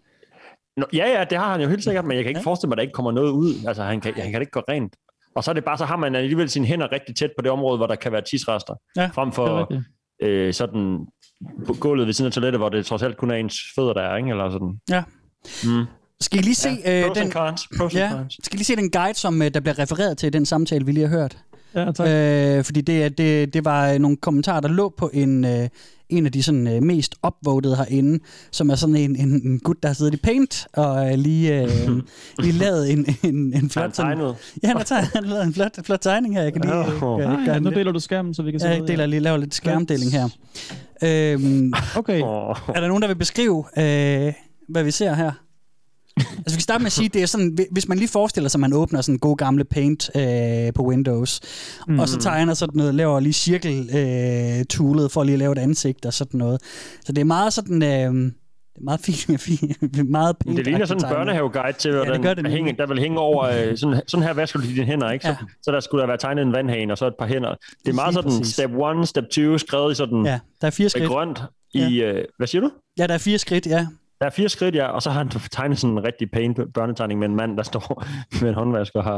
Speaker 5: Ja, det har han jo helt sikkert, men jeg kan ikke forestille mig, at der ikke kommer noget ud. Altså, han kan ikke gå rent. Og så er det bare, så har man alligevel sine hænder rigtig tæt på det område, hvor der kan være tisrester. Ja, frem for sådan på gulvet ved siden af toilettet, hvor det trods alt kun er ens fødder, der er, ikke? Eller sådan.
Speaker 3: Ja. Skal I lige se den...
Speaker 5: Pros and cons.
Speaker 3: Skal I lige se den guide, som der bliver refereret til i den samtale, vi lige har hørt?
Speaker 4: Ja, tak.
Speaker 3: Fordi det var nogle kommentarer, der lå på en af de sådan mest upvotede herinde, som er sådan en gut, der har siddet i Paint og lige lavet en flot...
Speaker 5: Tegnet.
Speaker 3: Ja, han har lavet en flot tegning her. Jeg kan lige...
Speaker 4: nu deler du skærmen, så vi kan se
Speaker 3: det. Jeg laver lidt skærmdeling her.
Speaker 4: Okay.
Speaker 3: Er der nogen, der vil beskrive, hvad vi ser her? Altså vi kan starte med at sige, det er sådan, hvis man lige forestiller sig, at man åbner sådan en god gamle Paint på Windows, og så tegner sådan noget, laver lige cirkel-toolet for lige at lave et ansigt og sådan noget. Så det er meget sådan, meget fint, meget Paint.
Speaker 5: Det ligner sådan en børnehaveguide til, hvordan der vil hænge over, sådan her vasker du dine hænder, ikke? Så der skulle der være tegnet en vandhane og så et par hænder. Det er meget sådan step 1, step 2, skrevet i sådan
Speaker 3: der er 4 skridt.
Speaker 5: Grønt i, hvad siger du?
Speaker 3: Ja, der er 4 skridt, ja.
Speaker 5: Der er 4 skridt, ja, og så har han tegnet sådan en rigtig Paint børnetegning med en mand, der står med en håndvask og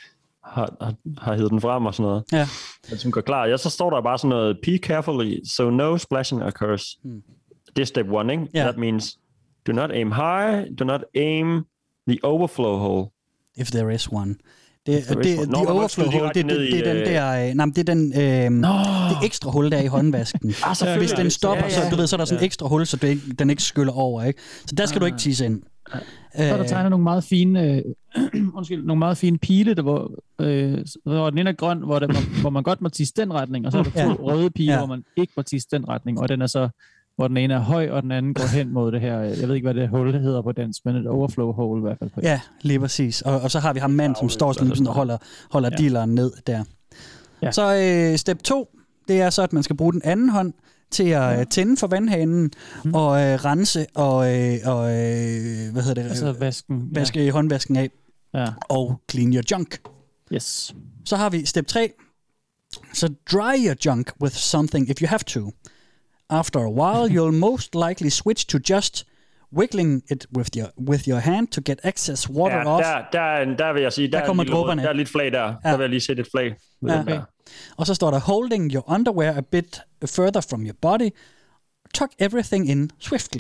Speaker 5: har hivet den frem og sådan noget.
Speaker 3: Ja.
Speaker 5: Som går klar. Ja, så står der bare sådan noget, pee carefully, so no splashing occurs. Det er step 1, ikke? Yeah. That means, do not aim high, do not aim the overflow hole.
Speaker 3: If there is one. The overflow hole, det er den der... Nej, det er den... det ekstra hul der i håndvasken. Hvis den stopper, så du ved, så er der sådan en ekstra hul, så den ikke skyller over, ikke? Så der skal du ikke tisse ind.
Speaker 4: Så er der tegnet nogle meget fine... nogle meget fine pile, hvor den ene er grøn, hvor man godt må tisse den retning, og så er der 2 røde pile, hvor man ikke må tisse den retning, og den er så... hvor den ene er høj, og den anden går hen mod det her, jeg ved ikke, hvad det hul hedder på dansk, men et overflow hole i hvert fald.
Speaker 3: Ja, lige præcis. Og så har vi ham mand, som står sådan og holder dealeren ned der. Ja. Så step 2, det er så, at man skal bruge den anden hånd til at tænde for vandhanen og rense og hvad hedder det?
Speaker 4: Altså
Speaker 3: vaske håndvasken af og clean your junk.
Speaker 4: Yes.
Speaker 3: Så har vi step 3. Så dry your junk with something if you have to. After a while, you'll most likely switch to just wiggling it with your hand to get excess water off.
Speaker 5: Der vil jeg sige, der kommer dråberne. Der er lidt flag der. Der vil jeg lige sætte et flag.
Speaker 3: Okay. Og så står der, holding your underwear a bit further from your body, tuck everything in swiftly.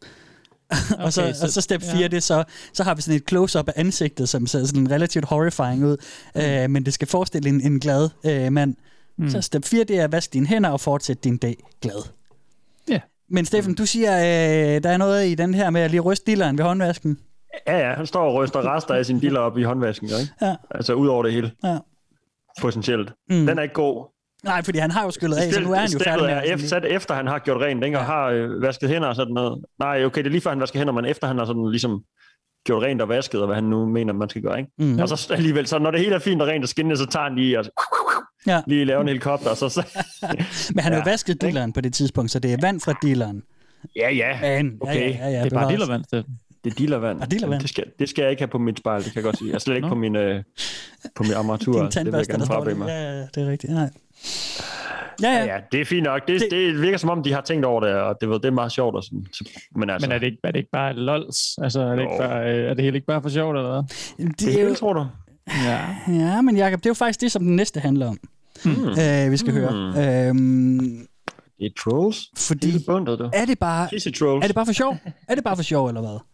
Speaker 3: Og så step 4, det så har vi sådan et close-up af ansigtet, som ser sådan relativt horrifying ud, men det skal forestille en glad mand. Så step 4, det er at vaske dine hænder og fortsætte din dag glad.
Speaker 4: Ja.
Speaker 3: Men Steffen, du siger, der er noget i den her med at lige ryste dilleren ved håndvasken.
Speaker 5: Ja, han står og ryster rester af sine diller op i håndvasken, ikke? Ja. Altså ud over det hele. Ja. Potentielt. Den er ikke god.
Speaker 3: Nej, fordi han har jo skyllet af, så nu er han jo færdig med
Speaker 5: det. Efter han har gjort rent, ikke? Og har vasket hænder og sådan noget. Nej, okay, det er lige før han vasker hænder, men efter han har sådan ligesom gjort rent og vasket, og hvad han nu mener, man skal gøre, ikke? Og så alligevel, så når det hele er fint og rent og skinnende, så tager han lige og lige laver en helikopter, og så...
Speaker 3: Men han har jo vasket dilleren på det tidspunkt, så det er vand fra dilleren.
Speaker 5: Ja.
Speaker 3: Men,
Speaker 5: okay.
Speaker 3: Ja,
Speaker 4: det er bare dillervand.
Speaker 5: Det er dillervand. Det skal jeg ikke have på mit spejl, det kan jeg godt sige. Jeg slet ikke på min armatur.
Speaker 3: Din tandbørste, der står det. Ja, det er rigtigt. Nej.
Speaker 5: Ja, det er fint nok. Det virker som om, de har tænkt over det, og det er meget sjovt. Og sådan. Men
Speaker 4: er det ikke bare lols? Altså, er det hele ikke bare for sjovt, eller hvad?
Speaker 5: Det er tror du?
Speaker 3: Ja, men Jacob, det er jo faktisk det, som den næste handler om. Vi skal høre.
Speaker 5: Det er trolls?
Speaker 3: Fordi er det bare for sjov? Er det bare for sjov, eller hvad?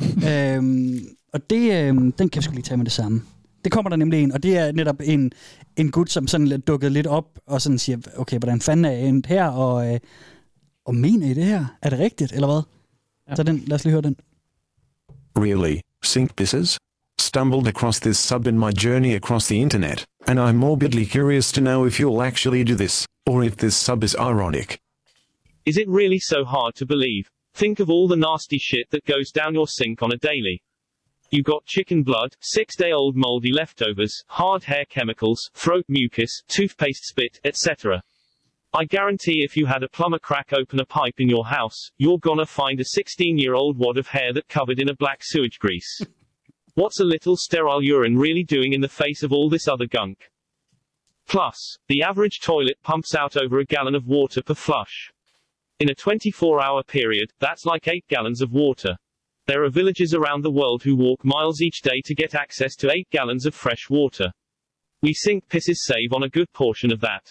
Speaker 3: Og den kan vi sgu lige tage med det samme. Det kommer der nemlig en, og det er netop en gut, som sådan dukket lidt op, og sådan siger, okay, hvordan fanden er jeg endt her, og mener I det her? Er det rigtigt, eller hvad? Ja. Så lad os lige høre den.
Speaker 10: Really, sink pissers? Stumbled across this sub in my journey across the internet, and I'm morbidly curious to know if you'll actually do this, or if this sub is ironic.
Speaker 11: Is it really so hard to believe? Think of all the nasty shit that goes down your sink on a daily. You got chicken blood, 6-day-old moldy leftovers, hard hair chemicals, throat mucus, toothpaste spit, etc. I guarantee if you had a plumber crack open a pipe in your house, you're gonna find a 16-year-old wad of hair that covered in a black sewage grease. What's a little sterile urine really doing in the face of all this other gunk? Plus, the average toilet pumps out over a gallon of water per flush. In a 24-hour period, that's like 8 gallons of water. There are villagers around the world who walk miles each day to get access to 8 gallons of fresh water. We sink pisses save on a good portion of that.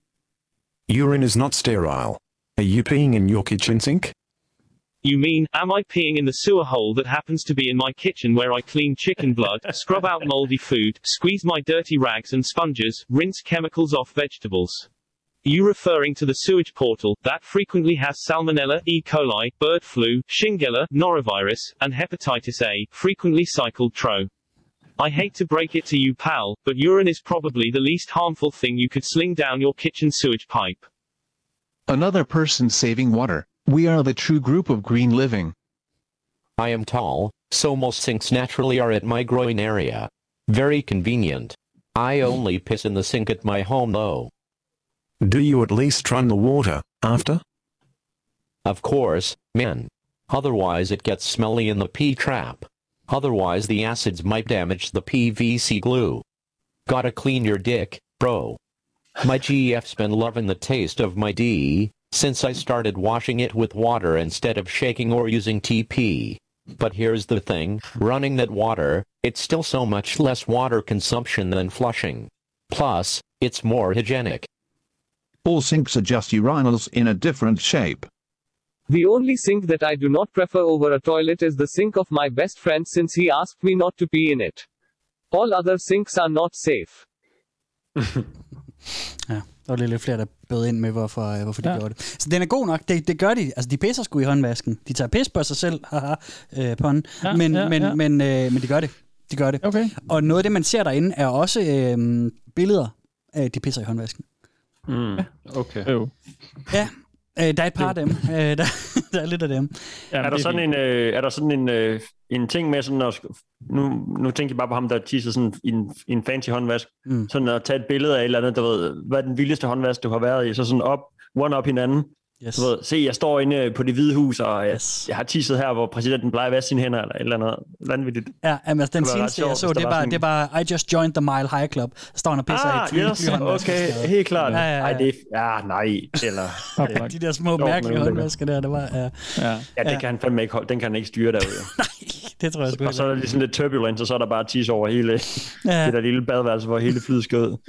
Speaker 10: Urine is not sterile. Are you peeing in your kitchen sink?
Speaker 11: You mean, am I peeing in the sewer hole that happens to be in my kitchen where I clean chicken blood, scrub out moldy food, squeeze my dirty rags and sponges, rinse chemicals off vegetables? Are you referring to the sewage portal that frequently has Salmonella, E. coli, bird flu, Shigella, norovirus, and hepatitis A, frequently cycled tro? I hate to break it to you, pal, but urine is probably the least harmful thing you could sling down your kitchen sewage pipe.
Speaker 12: Another person saving water. We are the true group of green living.
Speaker 6: I am tall, so most sinks naturally are at my groin area. Very convenient. I only piss in the sink at my home though.
Speaker 10: Do you at least run the water after?
Speaker 6: Of course, man. Otherwise it gets smelly in the pee trap. Otherwise the acids might damage the PVC glue. Gotta clean your dick, bro. My GF's been loving the taste of my D, since I started washing it with water instead of shaking or using TP. But here's the thing, running that water, it's still so much less water consumption than flushing. Plus, it's more hygienic.
Speaker 7: All sinks are just urinals in a different shape.
Speaker 13: The only sink that I do not prefer over a toilet is the sink of my best friend since he asked me not to pee in it. All other sinks are not safe.
Speaker 3: Ja, der var lidt flere, der bød ind med, hvorfor de gjorde det. Så den er god nok. Det gør de. Altså, de pisser sgu i håndvasken. De tager pis på sig selv, haha, pånden. Men de gør det. De gør det.
Speaker 4: Okay.
Speaker 3: Og noget af det, man ser derinde, er også billeder af, de pisser i håndvasken.
Speaker 5: Okay.
Speaker 3: Ja. Der er et par af dem. Der er lidt af dem.
Speaker 5: Ja, er der sådan en ting med sådan at, nu tænker jeg bare på ham, der tisser sådan i en fancy håndvask, sådan at tage et billede af et eller andet, du ved, hvad er den vildeste håndvask, du har været i, så sådan one-up hinanden.
Speaker 3: Yes.
Speaker 5: Du ved, se, jeg står inde på Det Hvide Hus, og jeg har tisset her, hvor præsidenten plejer at vaske sine hænder, eller et eller andet vanvittigt.
Speaker 3: Ja, altså den seneste, jeg så, det var I just joined the Mile High Club. Står og pisser i et
Speaker 5: okay, helt klart.
Speaker 3: Ja.
Speaker 5: Det er, nej, eller...
Speaker 3: de der små mærkelige håndvasker der, det var...
Speaker 5: Ja, det kan han fandme ikke holde, den kan han ikke styre derude.
Speaker 3: Nej, det tror jeg sgu ikke.
Speaker 5: Og så er der lige sådan lidt turbulence, og så er der bare tis over hele det der lille badeværelse, hvor hele flyet skal ud.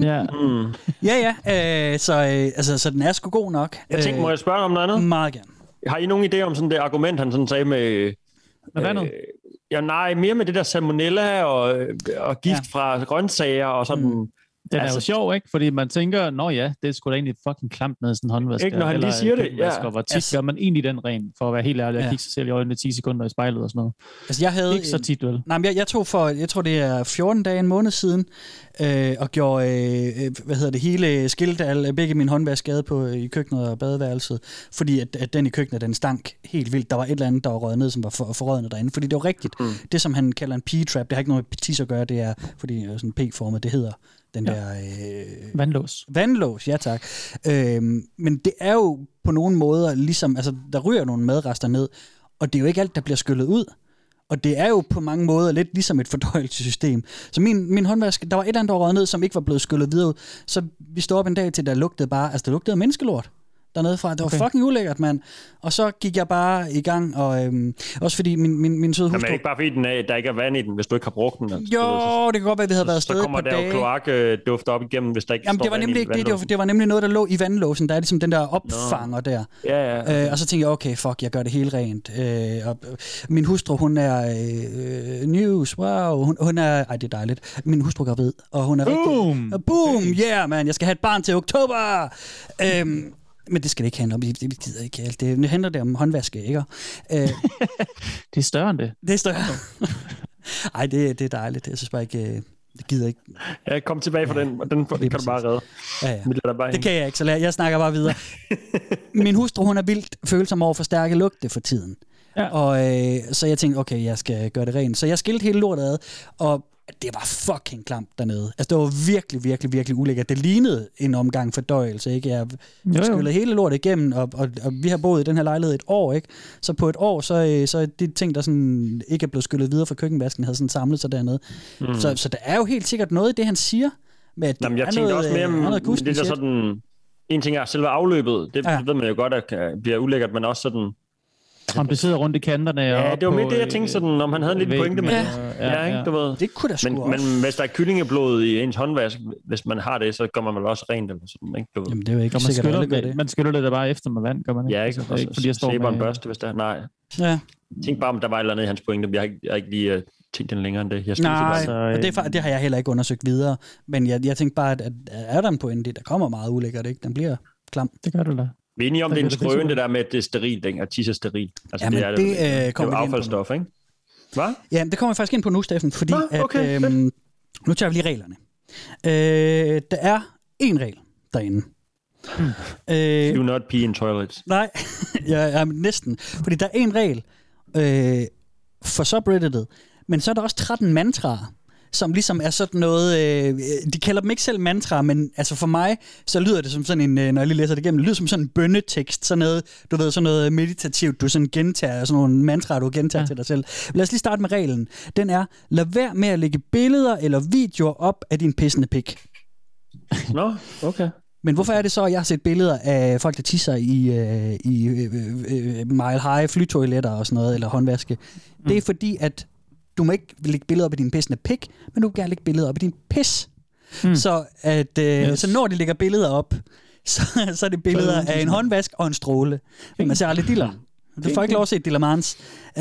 Speaker 3: Så den er sgu god nok.
Speaker 5: Jeg tænkte, må jeg spørge om noget andet?
Speaker 3: Meget gerne.
Speaker 5: Har I nogen idé om sådan det argument, han sådan sagde med...
Speaker 4: Hvad nu?
Speaker 5: Nej, mere med det der salmonella og gift fra grøntsager og sådan...
Speaker 4: Den er jo sjov, ikke? Fordi man tænker, nå ja, det er sgu da egentlig fucking klamt med sådan en håndvask.
Speaker 5: Ikke, når han lige siger det,
Speaker 4: Hvor tit gør man egentlig den ren, for at være helt ærlig, at kigge sig selv i øjnene 10 sekunder i spejlet og sådan noget.
Speaker 3: Altså, jeg havde...
Speaker 4: Ikke så tit, vel?
Speaker 3: Nej, men jeg tror det er 14 dage, en måned siden, og gjorde, hele skildal, begge mine håndvaskede i køkkenet og badeværelset, fordi at den i køkkenet, den stank helt vildt. Der var et eller andet, der var røget ned, som var forrødende derinde, fordi det var rigtigt. Det, som han kalder en pee-trap, det har ikke noget med tis at gøre, det er, fordi sådan P-formet, det hedder den der...
Speaker 4: vandlås.
Speaker 3: Vandlås, ja tak. Men det er jo på nogle måder ligesom, altså der ryger nogle madrester ned, og det er jo ikke alt, der bliver skyllet ud. Og det er jo på mange måder lidt ligesom et fordøjelsessystem. Så min håndvask, der var et eller andet, der røg ned, som ikke var blevet skyllet videre ud. Så vi stod op en dag til, der lugtede bare, altså der lugtede af menneskelort dernede fra. Det var fucking ulækkert, mand. Og så gik jeg bare i gang, og også fordi min søde hustru...
Speaker 5: Men ikke bare fordi der ikke er vand i den, hvis du ikke har brugt den? Altså,
Speaker 3: jo, det kan godt være, at vi havde været afsted
Speaker 5: et par dage. Så kommer der jo kloakduft op igennem, hvis der ikke står vand i vandlåsen.
Speaker 3: Det var nemlig noget, der lå i vandlåsen. Der er ligesom den der opfanger der.
Speaker 5: Ja. Okay.
Speaker 3: Og så tænkte jeg, okay, fuck, jeg gør det helt rent. Og min hustru, hun er news, wow. Hun er... Ej, det er dejligt. Min hustru er gravid, og hun er rigtig... Boom! Yeah, man, jeg skal have et barn til oktober! Men det skal det ikke handle om. Vi gider ikke alt det. Det handler det om håndvaske, ikke?
Speaker 4: Det er større end det.
Speaker 3: Det er større. Ej, det er dejligt. Jeg synes bare ikke... Det gider ikke.
Speaker 5: Ja, kom tilbage fra den, og den kan du bare redde.
Speaker 3: Ja. Det kan jeg ikke, så jeg snakker bare videre. Min hustru, hun er vildt følsom over for stærke lugte for tiden. Ja. Og så jeg tænkte, okay, jeg skal gøre det rent. Så jeg skilte hele lortet ad, og det var fucking klamt dernede. Altså, det var virkelig, virkelig, virkelig ulækkert. Det lignede en omgang fordøjelse, ikke? Jeg skyllede hele lortet igennem, og vi har boet i den her lejlighed et år, ikke? Så på et år, så de ting, der sådan ikke er blevet skyllet videre fra køkkenvasken, havde sådan samlet sig dernede. Så der er jo helt sikkert noget i det, han siger. Med, at
Speaker 5: jeg tænkte også mere om det der sådan... En ting er selve afløbet. Det ved man jo godt, at bliver ulækkert, men også sådan...
Speaker 4: Han besidder rundt i kanterne.
Speaker 5: Ja, det var mere det, jeg tænkte sådan, om han havde en lille pointe med ikke, du ved.
Speaker 3: Det kunne da sgu
Speaker 5: men hvis der er kyllingeblod i ens håndvask, hvis man har det, så går man vel også rent eller sådan, ikke? Du ved.
Speaker 3: Jamen, det er jo ikke sikkert, at det.
Speaker 4: Man skyller det bare efter med vand, gør man ikke?
Speaker 5: Ja, ikke?
Speaker 4: Altså, ikke fordi jeg står
Speaker 5: med en børste, hvis der nej.
Speaker 3: Ja.
Speaker 5: Tænk bare, om der var et eller andet i hans pointe. Jeg har ikke lige tænkt den længere end det.
Speaker 3: Nej, og det har jeg heller ikke undersøgt videre. Men jeg tænkte bare, at er der en pointe, der kommer meget ulækkert, ikke? Den bliver klam.
Speaker 4: Det gør du da.
Speaker 5: Vi er enige om, det er en skrøn, det der med, at det er sterilt, ikke? At tisse er sterilt. Altså,
Speaker 3: ja, det er jo
Speaker 5: affaldsstof, ikke? Hvad?
Speaker 3: Ja, det kommer vi faktisk ind på nu, Steffen, fordi at, nu tager vi lige reglerne. Der er en regel derinde.
Speaker 5: Do not pee in toilets.
Speaker 3: Nej, ja, næsten. Fordi der er en regel for subredditet, men så er der også 13 mantraer, som ligesom er sådan noget, de kalder dem ikke selv mantra, men altså for mig, så lyder det som sådan en, når jeg lige læser det igennem, det lyder som sådan en bønnetekst, sådan noget, du ved, sådan noget meditativt, du sådan gentager, sådan nogle mantraer, du gentager til dig selv. Lad os lige starte med reglen. Den er, lad være med at lægge billeder eller videoer op af din pissende pik.
Speaker 5: Nå, okay.
Speaker 3: Men hvorfor er det så, at jeg har set billeder af folk, der tisser i Mile High flytoiletter og sådan noget, eller håndvaske? Det er fordi, at du må ikke lægge billeder op af din pissende pik, men du kan gerne lægge billeder op af din pis. Så så når de lægger billeder op, så er det billeder af en håndvask og en stråle. Man ser aldrig diller. Du får ikke lov at se dillermans.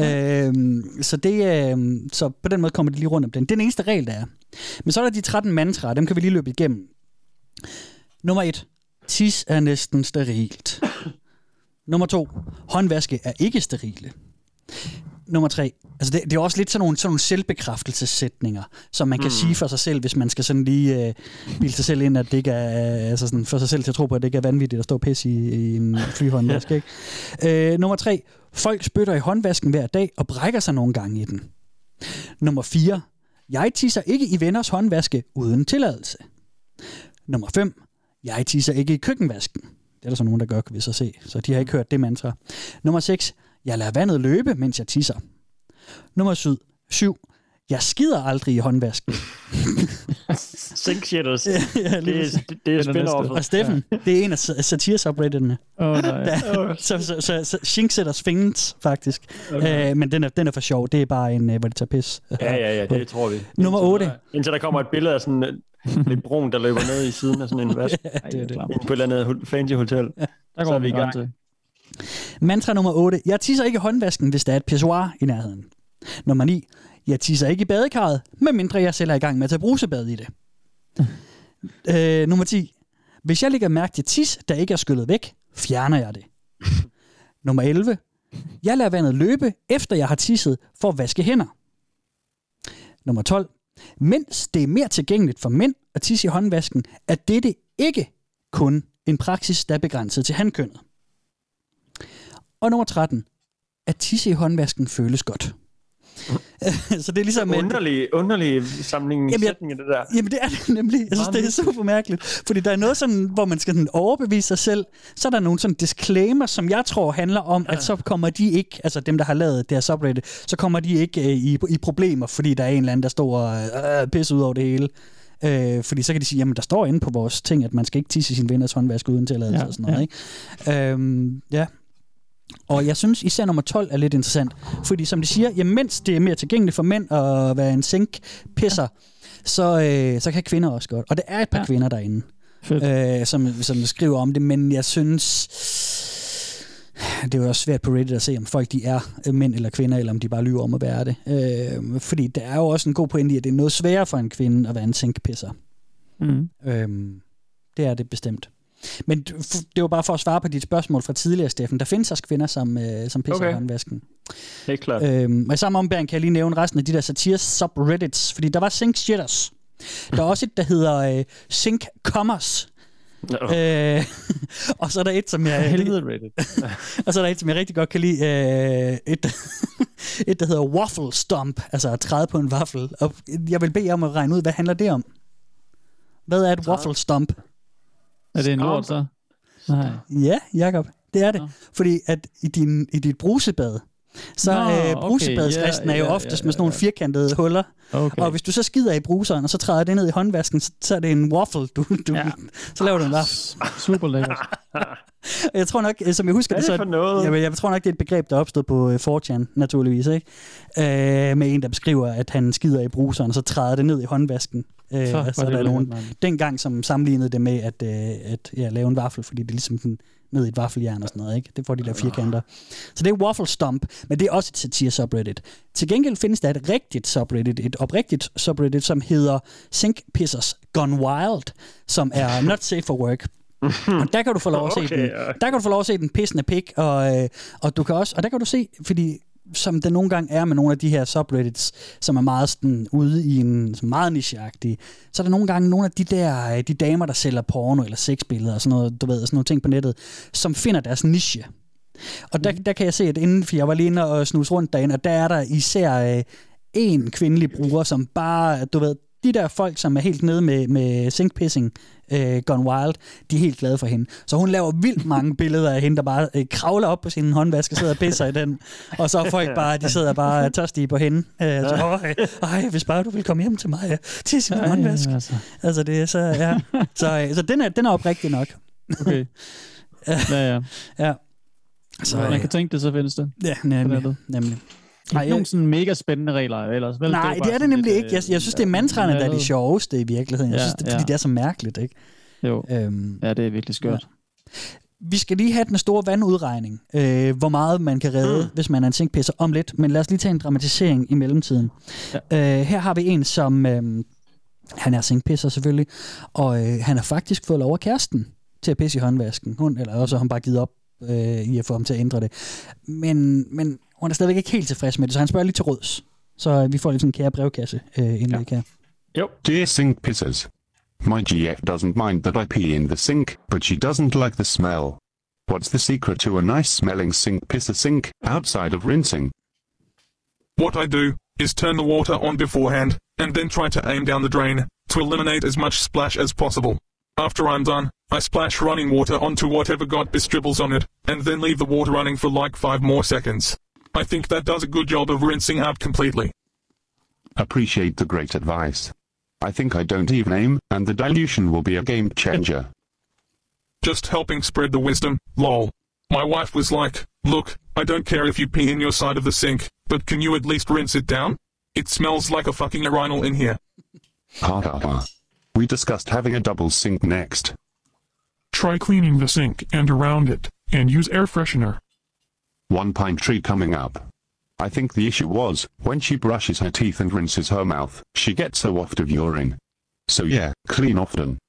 Speaker 3: Så på den måde kommer det lige rundt om den. Det er den eneste regel, der er. Men så er der de 13 mantraer, dem kan vi lige løbe igennem. Nummer 1. Tis er næsten sterilt. Nummer 2. Håndvaske er ikke sterile. Nummer 3. Altså det er også lidt sådan nogle selvbekræftelsessætninger, som man kan sige for sig selv, hvis man skal sådan lige bilde sig selv ind, at det ikke er, altså sådan for sig selv til at tro på, at det ikke er vanvittigt at stå og pisse i en flyhåndvask, ikke? Nummer 3. Folk spytter i håndvasken hver dag og brækker sig nogle gange i den. Nummer 4. Jeg tisser ikke i venners håndvaske uden tilladelse. Nummer 5. Jeg tisser ikke i køkkenvasken. Det er der så nogen, der gør, kan vi så se. Så de har ikke hørt det mantra. Nummer 6. Jeg lader vandet løbe, mens jeg tisser. Nummer 7. Jeg skider aldrig i håndvasken.
Speaker 5: Sink shitters. Det er spin-offet.
Speaker 3: Og Steffen, det er en af satire-subredditerne. Så Shinksætters findes, faktisk. Okay. Men den er for sjov. Det er bare en, hvor de tager pis.
Speaker 5: Ja, det tror vi.
Speaker 3: Nummer 8.
Speaker 5: Indtil der kommer et billede af sådan lidt brun, der løber ned i siden af sådan en vask.
Speaker 3: Det er det.
Speaker 5: På et eller andet fancy hotel.
Speaker 4: Der går vi i gang til.
Speaker 3: Mantra nummer 8. Jeg tisser ikke i håndvasken, hvis der er et pissoir i nærheden. Nummer 9. Jeg tisser ikke i badekarret, medmindre jeg selv er i gang med at tage brusebad i det. Nummer 10. Hvis jeg lægger mærke til tis, der ikke er skyllet væk, fjerner jeg det. Nummer 11. Jeg lader vandet løbe, efter jeg har tisset, for at vaske hænder. Nummer 12. Mens det er mere tilgængeligt for mænd at tisse i håndvasken, er dette ikke kun en praksis, der er begrænset til hankønnet. Og nummer 13. At tisse i håndvasken føles godt. Så det er ligesom
Speaker 5: underlig samling sætninger, det der.
Speaker 3: Jamen det er det nemlig. Jeg synes, det er super mærkeligt. Fordi der er noget sådan, hvor man skal sådan overbevise sig selv. Så er der nogle sådan disclaimer, som jeg tror handler om, at så kommer de ikke, altså dem, der har lavet det her subreddit, så kommer de ikke i problemer, fordi der er en eller anden, der står og pisser ud over det hele. Fordi så kan de sige, jamen der står inde på vores ting, at man skal ikke tisse sin venners håndvask uden tilladelse og sådan noget. Ikke? Ja. Og jeg synes især nummer 12 er lidt interessant, fordi som de siger, jamen, mens det er mere tilgængeligt for mænd at være en sink-pisser, så kan kvinder også godt. Og der er et par kvinder derinde, som skriver om det, men jeg synes, det er jo også svært på Reddit at se, om folk de er mænd eller kvinder, eller om de bare lyver om at være det. Fordi der er jo også en god pointe i, at det er noget sværere for en kvinde at være en sink-pisser. Det er det bestemt. Men det var bare for at svare på dit spørgsmål fra tidligere, Steffen. Der findes også kvinder, som pisser i håndvasken.
Speaker 5: Helt klart.
Speaker 3: Og i samme ombæring kan jeg lige nævne resten af de der satire subreddits, fordi der var Sink Shitters. Der er også et, der hedder Sink Commerce. Og så er der et, som jeg og så er der et, som jeg rigtig godt kan lide, et der hedder Waffle Stomp, altså at træde på en waffel. Og jeg vil bede jer om at regne ud, hvad handler det om? Hvad er et Waffle Stomp?
Speaker 4: Er det en lort så? Nej.
Speaker 3: Ja, Jakob, det er det. Fordi at i dit brusebad, så brusebadsresten er jo oftest med sådan nogle firkantede huller. Okay. Og hvis du så skider i bruseren, og så træder det ned i håndvasken, så er det en waffle, så laver du en waffle.
Speaker 4: Super lækkert.
Speaker 3: Jeg tror nok, som jeg husker det, jeg tror nok, det er et begreb, der er opstået på 4chan, naturligvis, ikke? Med en, der beskriver, at han skider i bruseren, og så træder det ned i håndvasken. Så er der nogen dengang, som sammenlignede det med at lave en waffle, fordi det er ligesom ned i et vaffeljern og sådan noget, ikke? Det får de der firkanter. Så det er Waffle Stomp, men det er også et satire subreddit. Til gengæld findes der et rigtigt subreddit, et oprigtigt subreddit, som hedder Sink Pissers Gone Wild, som er not safe for work. Og der kan du få lov at se den. Der kan du få lov at se den pissende pik, og du kan også, og der kan du se, fordi som det nogle gange er med nogle af de her subreddits, som er meget sådan ude i en meget nicheagtige, så er der nogle gange nogle af de damer, der sælger porno eller sexbilleder og sådan noget, du ved, sådan nogle ting på nettet, som finder deres niche. Og der kan jeg se, at inden for jeg var lige inde og snuse rundt derinde, og der er der især en kvindelig bruger, som bare, du ved, de der folk, som er helt nede med sinkpissing gone wild, de er helt glade for hende. Så hun laver vildt mange billeder af hende, der bare kravler op på sin håndvask og sidder og pisser i den. Og så er folk bare, de sidder bare tørstige på hende. Hvis bare du vil komme hjem til mig til sin håndvask. Altså det er så, ja. Så den er oprigtig nok.
Speaker 4: Okay. Ja. Så man kan tænke det, så findes det.
Speaker 3: Ja, nemlig.
Speaker 4: Ikke nogen sådan mega spændende regler ellers. Vel,
Speaker 3: nej, det er det nemlig ikke. Jeg synes, det er mantraerne, der er de sjoveste i virkeligheden. Jeg synes, det er, fordi det er så mærkeligt, ikke?
Speaker 4: Jo, ja, det er virkelig skørt.
Speaker 3: Ja. Vi skal lige have den store vandudregning. Hvor meget man kan redde, hvis man er en sinkpisser om lidt. Men lad os lige tage en dramatisering i mellemtiden. Ja. Her har vi en, som... han er sinkpisser selvfølgelig. Og han har faktisk fået lov af kæresten til at pisse i håndvasken. Eller også har han bare givet op i at få ham til at ændre det. Men hun er stadigvæk ikke helt tilfreds med det, så han spørger lige til råds. Så vi får lidt sådan en kære brevkasse, inden vi kan.
Speaker 8: Yep. Dear sink pissers. My GF doesn't mind that I pee in the sink, but she doesn't like the smell. What's the secret to a nice smelling sink pisser sink, outside of rinsing?
Speaker 9: What I do is turn the water on beforehand, and then try to aim down the drain, to eliminate as much splash as possible. After I'm done, I splash running water onto whatever got dribbles on it, and then leave the water running for like 5 more seconds. I think that does a good job of rinsing out completely.
Speaker 8: Appreciate the great advice. I think I don't even aim, and the dilution will be a game changer.
Speaker 9: Just helping spread the wisdom, lol. My wife was like, look, I don't care if you pee in your side of the sink, but can you at least rinse it down? It smells like a fucking urinal in here.
Speaker 8: Ha ha ha. We discussed having a double sink next.
Speaker 9: Try cleaning the sink and around it, and use air freshener.
Speaker 8: One pine tree coming up. I think the issue was, when she brushes her teeth and rinses her mouth, she gets so oft of urine. So yeah, clean often.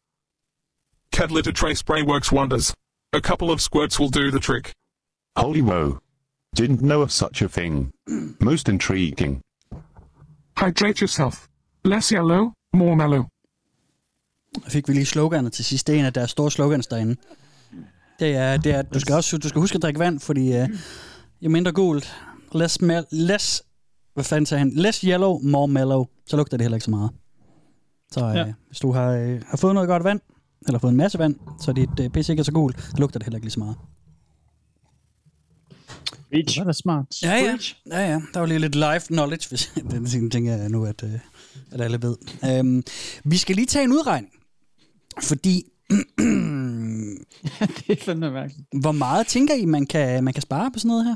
Speaker 9: Cat litter tray spray works wonders. A couple of squirts will do the trick.
Speaker 8: Holy whoa. Didn't know of such a thing. Most intriguing.
Speaker 9: Hydrate yourself. Less yellow, more mellow.
Speaker 3: Fik vi lige sloganet til sidst. Det er en af deres store slogans derinde. Det er du skal huske at drikke vand, fordi jo mindre gult, less yellow, more mellow, så lugter det heller ikke så meget. Så hvis du har fået noget godt vand, eller fået en masse vand, så dit pisse ikke er så gult, så lugter det heller ikke lige så meget.
Speaker 4: Det var da smart.
Speaker 3: Ja. Der var lige lidt live knowledge, hvis det tænker jeg nu, at alle ved. Vi skal lige tage en udregning, fordi
Speaker 4: det er fandme mærkeligt.
Speaker 3: Hvor meget tænker I, man kan spare på sådan noget her?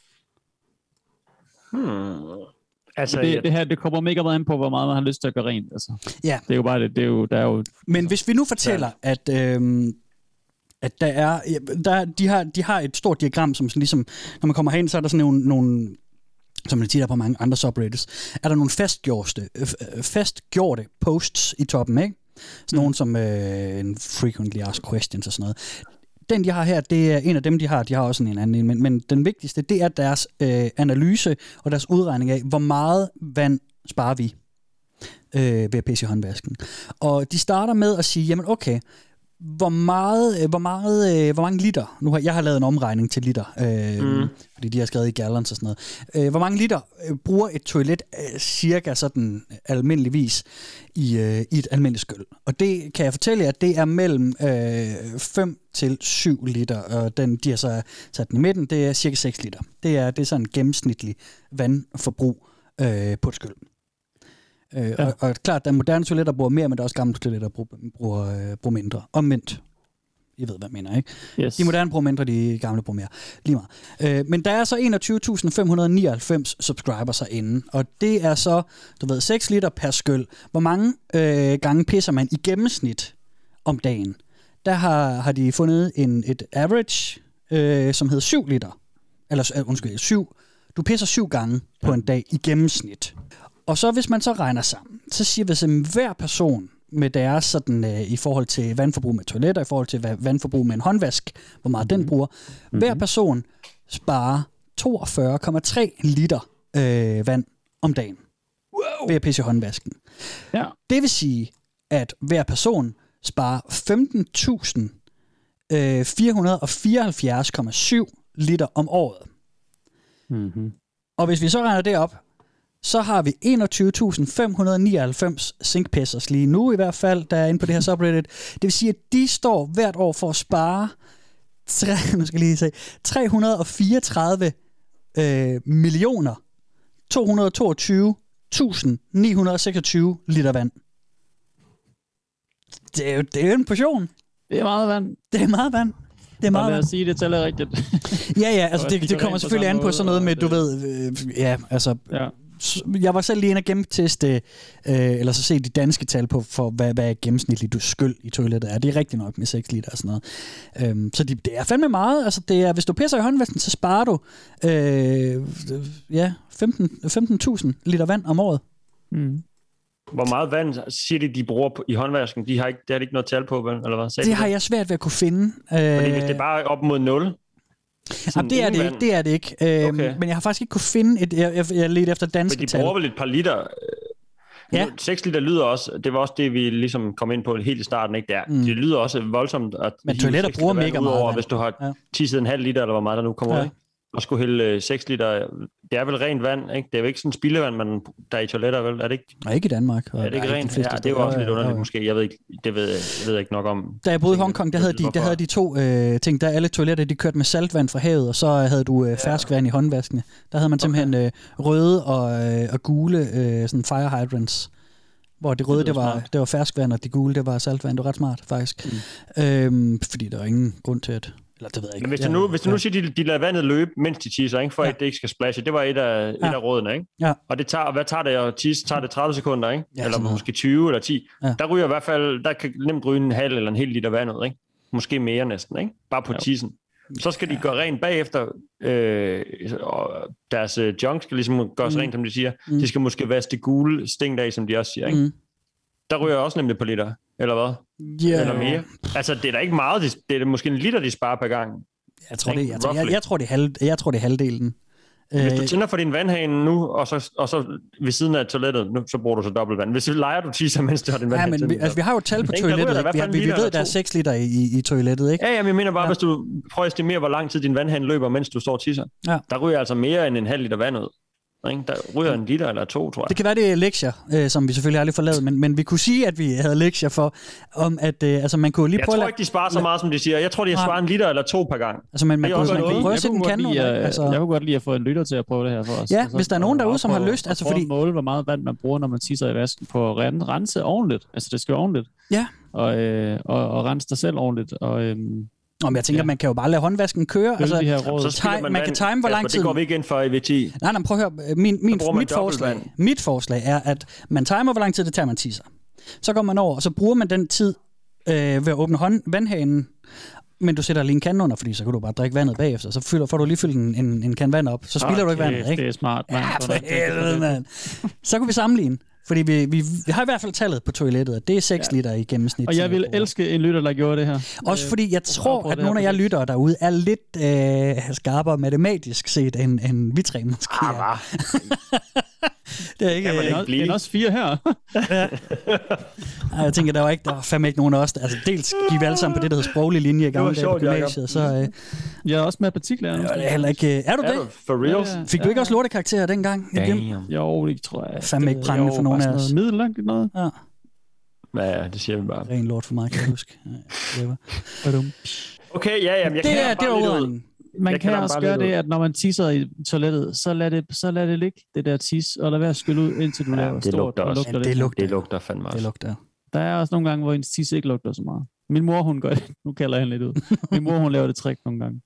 Speaker 4: Altså, det her, det kommer mega meget an på, hvor meget man har lyst til at gøre rent. Altså.
Speaker 3: Ja.
Speaker 4: Det er jo bare det. Der er jo.
Speaker 3: Men hvis vi nu fortæller, at der er, de har et stort diagram, som sådan ligesom, når man kommer hen, så er der sådan nogle som man tit på mange andre subreddits, er der nogle fastgjorte posts i toppen, ikke? Sådan nogle som en frequently asked questions og sådan noget. Den, de har her, det er en af dem, de har. De har også en anden, men den vigtigste, det er deres analyse og deres udregning af, hvor meget vand sparer vi. ved at pisse i håndvasken. Og de starter med at sige, jamen okay, hvor mange liter, nu har jeg lavet en omregning til liter, fordi de har skrevet i gallons og sådan noget. Hvor mange liter bruger et toilet cirka sådan almindeligvis i et almindeligt skyld? Og det kan jeg fortælle jer, at det er mellem 5 til 7 liter, og de har så sat den i midten, det er cirka 6 liter. Det er sådan en gennemsnitlig vandforbrug på et skyld. Og klart, der er moderne toiletter, der bruger mere, men der er også gamle toiletter, der bruger mindre. Omvendt. I ved, hvad jeg mener, ikke? Yes. De moderne bruger mindre, de gamle bruger mere. Lige meget. Men der er så 21.599 subscribers herinde, og det er så, 6 liter per skyld. Hvor mange gange pisser man i gennemsnit om dagen? Der har de fundet et average, som hedder 7 liter. Eller, 7. Du pisser 7 gange på en dag i gennemsnit. Og så hvis man så regner sammen, så siger vi, at hver person med deres sådan, i forhold til vandforbrug med toiletter, i forhold til vandforbrug med en håndvask, hvor meget den bruger, hver person sparer 42,3 liter vand om dagen ved at pisse i håndvasken. Ja. Det vil sige, at hver person sparer 15.474,7 liter om året. Mm-hmm. Og hvis vi så regner det op, så har vi 21.599 sinkpissers lige nu i hvert fald, der er inde på det her subreddit. Det vil sige, at de står hvert år for at spare 334 millioner 222.926 liter vand. Det er jo en portion.
Speaker 4: Det er meget vand.
Speaker 3: Det er meget vand. Det er meget
Speaker 4: vand. Sige, det tæller rigtigt.
Speaker 3: Ja, altså det kommer selvfølgelig an på sådan noget med, du ved, Ja. Jeg var selv lige inde og gennemteste, eller så se de danske tal på, for hvad er gennemsnitligt du skyld i toilettet er. Det er rigtigt nok med 6 liter og sådan noget. Så det er fandme meget. Altså det er, hvis du pisser i håndvasken, så sparer du 15.000 liter vand om året.
Speaker 5: Mm. Hvor meget vand siger de bruger i håndvasken? Det har de ikke noget tal på, eller hvad?
Speaker 3: Det har jeg svært ved at kunne finde.
Speaker 5: Fordi hvis det er bare op mod 0...
Speaker 3: Jamen, det er det ikke. Okay. Men jeg har faktisk ikke kunne finde jeg ledte efter danske tal.
Speaker 5: Men de bruger vel et par liter. 6 liter lyder også, det var også det, vi ligesom kom ind på helt i starten, ikke der. Det lyder også voldsomt. At
Speaker 3: men toiletter bruger mega meget
Speaker 5: vand. Hvis du har 10,5 liter, eller hvor meget der nu kommer ud, ikke? Og skulle hælde 6 liter, det er vel rent vand, ikke? Det er jo ikke sådan spildevand, der er i toiletter, vel? Er det ikke?
Speaker 3: Nej, ikke i Danmark.
Speaker 5: Er det ikke rent? Ja, det er jo også lidt underligt måske. Jeg ved ikke, det ved jeg ikke nok om.
Speaker 3: Da jeg boede i Hongkong, der havde de to ting. Der alle toiletter, de kørte med saltvand fra havet, og så havde du ferskvand i håndvaskene. Der havde man simpelthen røde og gule sådan fire hydrants. Hvor det røde, det var ferskvand, og det gule, det var saltvand. Det var ret smart, faktisk. Fordi der var ingen grund til at... Eller det ved jeg ikke.
Speaker 5: Men hvis du nu siger, de lader vandet løbe, mens de tisser, ikke? For at det ikke skal splashe. Det var et af rådene, ikke? Ja. Og hvad tager det at tisse? Tager det 30 sekunder, ikke? Ja, eller måske 20 eller 10. Ja. Der ryger i hvert fald, der kan nemt ryge en halv eller en hel liter vand ud, ikke? Måske mere næsten, ikke? Bare på tissen. Så skal de gøre rent bagefter. Og deres junk skal ligesom gøres rent, som de siger. De skal måske vaske det gule sting af, som de også siger, ikke? Der ryger også nemlig på liter, eller hvad?
Speaker 3: Yeah.
Speaker 5: Eller mere. Altså, det er da ikke meget, det er måske en liter, de sparer per gang.
Speaker 3: Jeg tror, det er halvdelen.
Speaker 5: Hvis du tænder for din vandhane nu, og så ved siden af toilettet, så bruger du så dobbelt vand. Hvis leger du tisser, mens du har din vandhane
Speaker 3: tændt. Vi har jo tal på toilettet. Vi ved, der er 6 liter i toilettet, ikke?
Speaker 5: Ja, men jeg mener bare, hvis du prøver at estimere, hvor lang tid din vandhane løber, mens du står og tisser. Ja. Der ryger altså mere end en halv liter vand ud. Der ryger en liter eller 2, tror jeg.
Speaker 3: Det kan være, det er lektier, som vi selvfølgelig aldrig får lavet, men vi kunne sige, at vi havde lektier om, at altså, man kunne lige prøve...
Speaker 5: Jeg tror ikke, de sparer så meget, som de siger. Jeg tror, de har sparet en liter eller 2 per gang.
Speaker 3: Altså, man kunne prøve at sætte en kande under.
Speaker 4: Jeg kunne godt lide at få en lytter til at prøve det her for os.
Speaker 3: Ja, hvis der er nogen derude, som har lyst.
Speaker 4: Altså, fordi måle, hvor meget vand man bruger, når man tisser i vasken, på at rense ordentligt. Altså, det skal være ordentligt.
Speaker 3: Ja.
Speaker 4: Og rense dig selv ordentligt.
Speaker 3: Men jeg tænker, man kan jo bare lade håndvasken køre. Altså, man kan time, hvor lang tid...
Speaker 5: Det går vi ikke ind for i VT.
Speaker 3: Nej, prøv at høre. Mit forslag er, at man timer, hvor lang tid det tager, man tisser. Så går man over, og så bruger man den tid ved at åbne vandhanen, men du sætter lige en kande under, fordi så kan du bare drikke vandet bagefter. Så får du lige fyldt en kande vand op. Så spilder du ikke vandet, ikke?
Speaker 4: Det er smart, mand.
Speaker 3: Ja, for helvede, mand. Så kunne vi sammenligne. Fordi vi har i hvert fald tallet på toilettet, og det er 6 liter i gennemsnit.
Speaker 4: Og jeg vil elske en lytter, der gjorde det her.
Speaker 3: Også fordi jeg tror, at nogle af jer lyttere derude er lidt skarpere matematisk set, end vi tre måske er. Det er ikke...
Speaker 4: Det er også 4 her.
Speaker 3: Ja. Ej, jeg tænker, der var fandme ikke nogen af os. Altså, dels gik vi alle sammen på det, der hedder sproglig linje i gamle dage på gymnasiet. Så,
Speaker 4: jeg er også matematiklærer.
Speaker 3: Jeg er heller ikke... Er du det?
Speaker 5: For reals?
Speaker 3: Ja. Fik du ikke også lortekarakterer dengang?
Speaker 4: Jo, det tror jeg.
Speaker 3: Fandme ikke brændende for nogen af os.
Speaker 4: Middellangt noget.
Speaker 3: Ja.
Speaker 5: Ja, det siger vi bare.
Speaker 3: Ren lort for mig, kan jeg huske.
Speaker 5: Okay, ja, jamen,
Speaker 3: det er udregningen.
Speaker 4: Man kan også gøre det, at når man tisser i toilettet, så lad det ligge, det der tis, og lad være at skylle ud, indtil du laver stort.
Speaker 5: Det lugter fandme også.
Speaker 3: Det lugter.
Speaker 4: Der er også nogle gange, hvor ens tis ikke lugter så meget. Min mor, hun gør det. Nu kalder jeg hende lidt ud. Min mor, hun laver det trick nogle gange.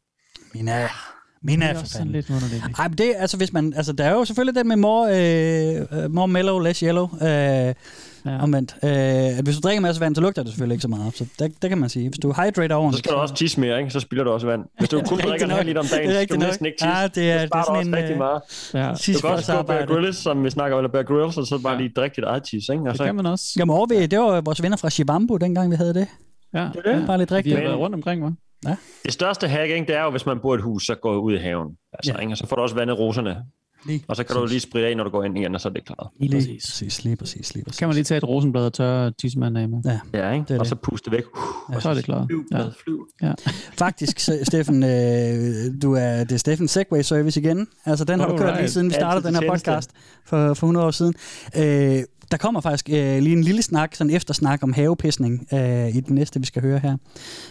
Speaker 3: Min er for fanden. Lidt underligt. Ej, men det, altså, hvis man, altså, der er jo selvfølgelig den med more mellow, less yellow. Omvendt. Hvis du drikker en masse vand, så lugter det selvfølgelig ikke så meget. Så det kan man sige. Hvis du hydrater ordentligt...
Speaker 5: Så skal du også tisse mere, ikke? Så spilder du også vand. Hvis du kun drikker en halv liter om dagen, så skal du næsten ikke tisse.
Speaker 3: Ja, det er sådan en...
Speaker 5: rigtig meget. Du kan også gå Bear Grylls, som vi snakker om, eller Bear Grylls, og så bare lige drikke dit eget tisse, ikke?
Speaker 4: Det kan man også.
Speaker 3: Jamen det var vores venner fra Shibambu, dengang vi havde det.
Speaker 4: Ja,
Speaker 3: det. Bare lidt
Speaker 4: rigtigt. Vi har været rundt omkring, hva'?
Speaker 5: Ja. Det største hack, ikke, det er jo, hvis man bor i et hus, så går ud i haven. Altså, ikke? Og så får du også vandet roserne. Og så kan du lige spritte af, når du går ind igen, og så er det klart.
Speaker 3: Lige præcis.
Speaker 4: Kan man lige tage et rosenblad og tørre tissemanden af med?
Speaker 5: Ja, ikke? Og så puste væk.
Speaker 4: Og så er det klart.
Speaker 3: Ja. Faktisk, Steffen, det er Steffens Segway Service igen. Altså, den har du kørt lige siden vi startede den her podcast for 100 år siden. Der kommer faktisk lige en lille snak, sådan eftersnak om havepisning i den næste, vi skal høre her.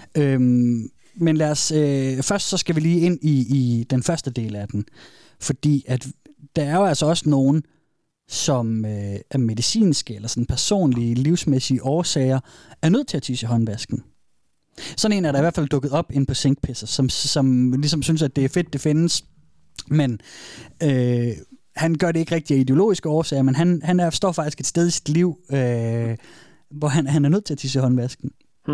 Speaker 3: Men lad os først så skal vi lige ind i den første del af den. Fordi at der er jo altså også nogen, som af medicinske eller sådan personlige, livsmæssige årsager, er nødt til at tisse i håndvasken. Sådan en er der i hvert fald dukket op ind på Sinkpisser, som ligesom synes, at det er fedt, det findes. Men han gør det ikke rigtig af ideologiske årsager, men han står faktisk et sted i sit liv, hvor han er nødt til at tisse i håndvasken.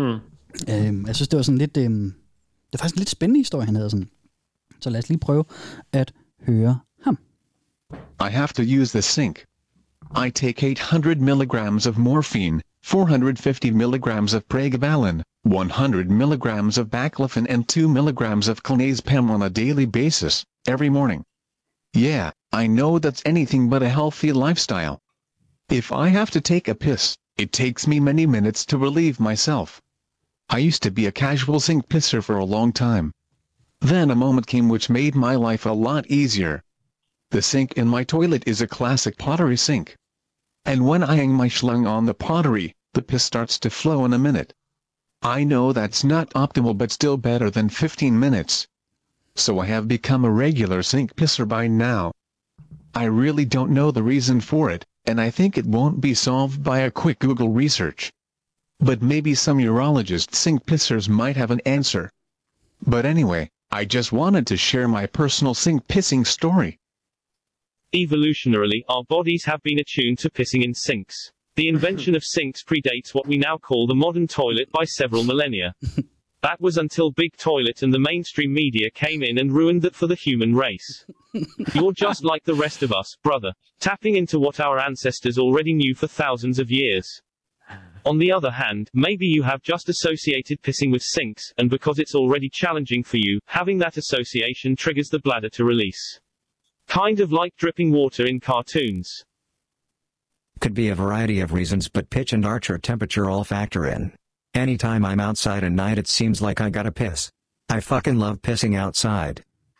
Speaker 3: Jeg synes, det var sådan lidt... det er faktisk en lidt spændende historie, han havde sådan. Så lad os lige prøve at høre ham.
Speaker 12: I have to use the sink. I take 800 milligrams of morphine, 450 milligrams of pregabalin, 100 milligrams of baclofen and 2 milligrams of clonazepam on a daily basis, every morning. Yeah, I know that's anything but a healthy lifestyle. If I have to take a piss, it takes me many minutes to relieve myself. I used to be a casual sink pisser for a long time. Then a moment came which made my life a lot easier. The sink in my toilet is a classic pottery sink. And when I hang my schlong on the pottery, the piss starts to flow in a minute. I know that's not optimal but still better than 15 minutes. So I have become a regular sink pisser by now. I really don't know the reason for it, and I think it won't be solved by a quick Google research. But maybe some urologist sink pissers might have an answer. But anyway, I just wanted to share my personal sink pissing story.
Speaker 11: Evolutionarily, our bodies have been attuned to pissing in sinks. The invention of sinks predates what we now call the modern toilet by several millennia. That was until big toilet and the mainstream media came in and ruined that for the human race. You're just like the rest of us, brother, tapping into what our ancestors already knew for thousands of years. On the other hand, maybe you have just associated pissing with sinks, and because it's already challenging for you, having that association triggers the bladder to release. Kind of like dripping water in cartoons.
Speaker 14: Could be a variety of reasons, but pitch and archer temperature all factor in. Anytime I'm outside at night it seems like I gotta piss. I fucking love pissing outside.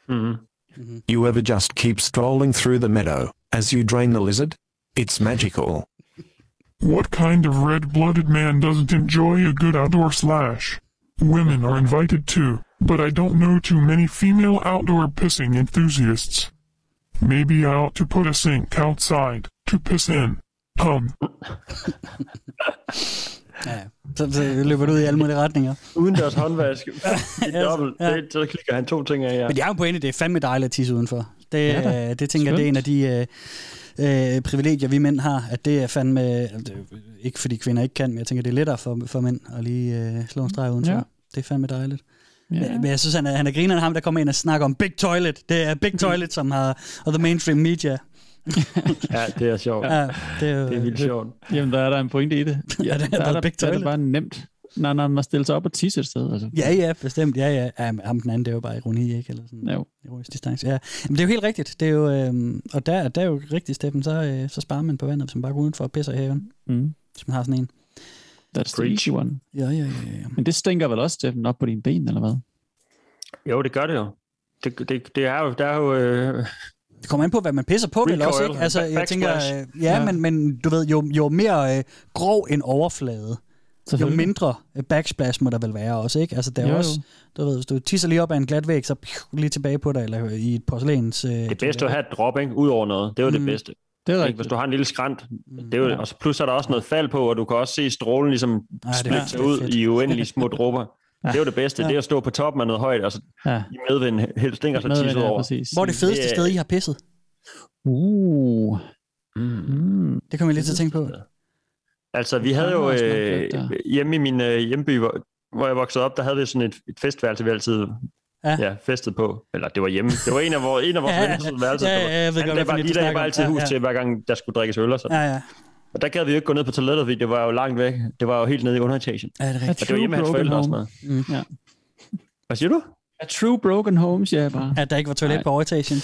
Speaker 10: You ever just keep strolling through the meadow, as you drain the lizard? It's magical.
Speaker 9: What kind of red-blooded man doesn't enjoy a good outdoor slash? Women are invited too, but I don't know too many female outdoor pissing enthusiasts. Maybe I ought to put a sink outside to piss in.
Speaker 3: Ja, så løber du ud i alle mulige retninger.
Speaker 5: Uden deres håndvask. Dobbelt. Så klikker han 2 ting af, ja.
Speaker 3: Men det er jo en pointe, det er fandme dejligt at tisse udenfor. Det tænker jeg, det er en af de privilegier, vi mænd har, at det er fandme, ikke fordi kvinder ikke kan, men jeg tænker, det er lettere for mænd at lige slå en streg udenfor. Ja. Det er fandme dejligt. Ja. Men jeg synes, han er grineren ham, der kommer ind og snakker om Big Toilet. Det er Big Toilet, som har og the mainstream media.
Speaker 5: Ja, det er sjovt.
Speaker 3: Ja, det er
Speaker 5: vildt sjovt.
Speaker 4: Jamen, der er der en pointe i det.
Speaker 3: Ja, det
Speaker 4: er bare nemt. når man stiller sig op og tisse et sted. Altså.
Speaker 3: Ja, bestemt. Ja. Ham den anden, det er jo bare ironi, ikke? Eller sådan ironisk distance. Ja. Men det er jo helt rigtigt. Det er jo, og der er jo rigtigt, Steffen, så sparer man på vandet, hvis man bare går udenfor og pisser i haven. Hvis man har sådan en.
Speaker 4: That's the easy one.
Speaker 3: Ja.
Speaker 4: Men det stinker vel også, Steffen, op på dine ben, eller hvad?
Speaker 5: Jo, det gør det jo. Det er jo... Der er jo
Speaker 3: det kommer an på, hvad man pisser på, vel også, ikke? Altså, jeg tænker, men du ved, jo mere grov en overflade, jo mindre backsplash må der vel være også, ikke? Altså, der er også, du ved, hvis du tisser lige op af en glat væg, så lige tilbage på dig, eller i et porcelæns...
Speaker 5: det bedste er at have et drop, ikke? Ud over noget. Det er jo det bedste.
Speaker 4: Det er rigtigt.
Speaker 5: Hvis du har en lille skrant, det er jo, og plus er der også noget fald på, og du kan også se strålen ligesom splitte ud i uendelige små dråber. Det er jo det bedste. Det er at stå på toppen af noget højt, og så i medvind helst ikke, og så tisse over.
Speaker 3: Hvor er det fedeste sted, I har pisset? Det kommer jeg lige til at tænke på.
Speaker 5: Altså, vi havde jo hjemme i min hjemby, hvor jeg voksede op, der havde vi sådan et festværelse, vi altid festet på. Eller det var hjemme. Det var en af vores værelser.
Speaker 3: Jeg ved godt,
Speaker 5: var lige der, jeg var altid hus til, hver gang der skulle drikkes øl og sådan. Og der gad vi jo ikke gå ned på toilettet, fordi det var jo langt væk. Det var jo helt nede i underetagen.
Speaker 3: Ja, det er rigtigt.
Speaker 5: Og det var hjemme hans forældre og sådan noget. Hvad siger du?
Speaker 4: A true broken homes, bare.
Speaker 3: At der ikke var toilet på overetagen.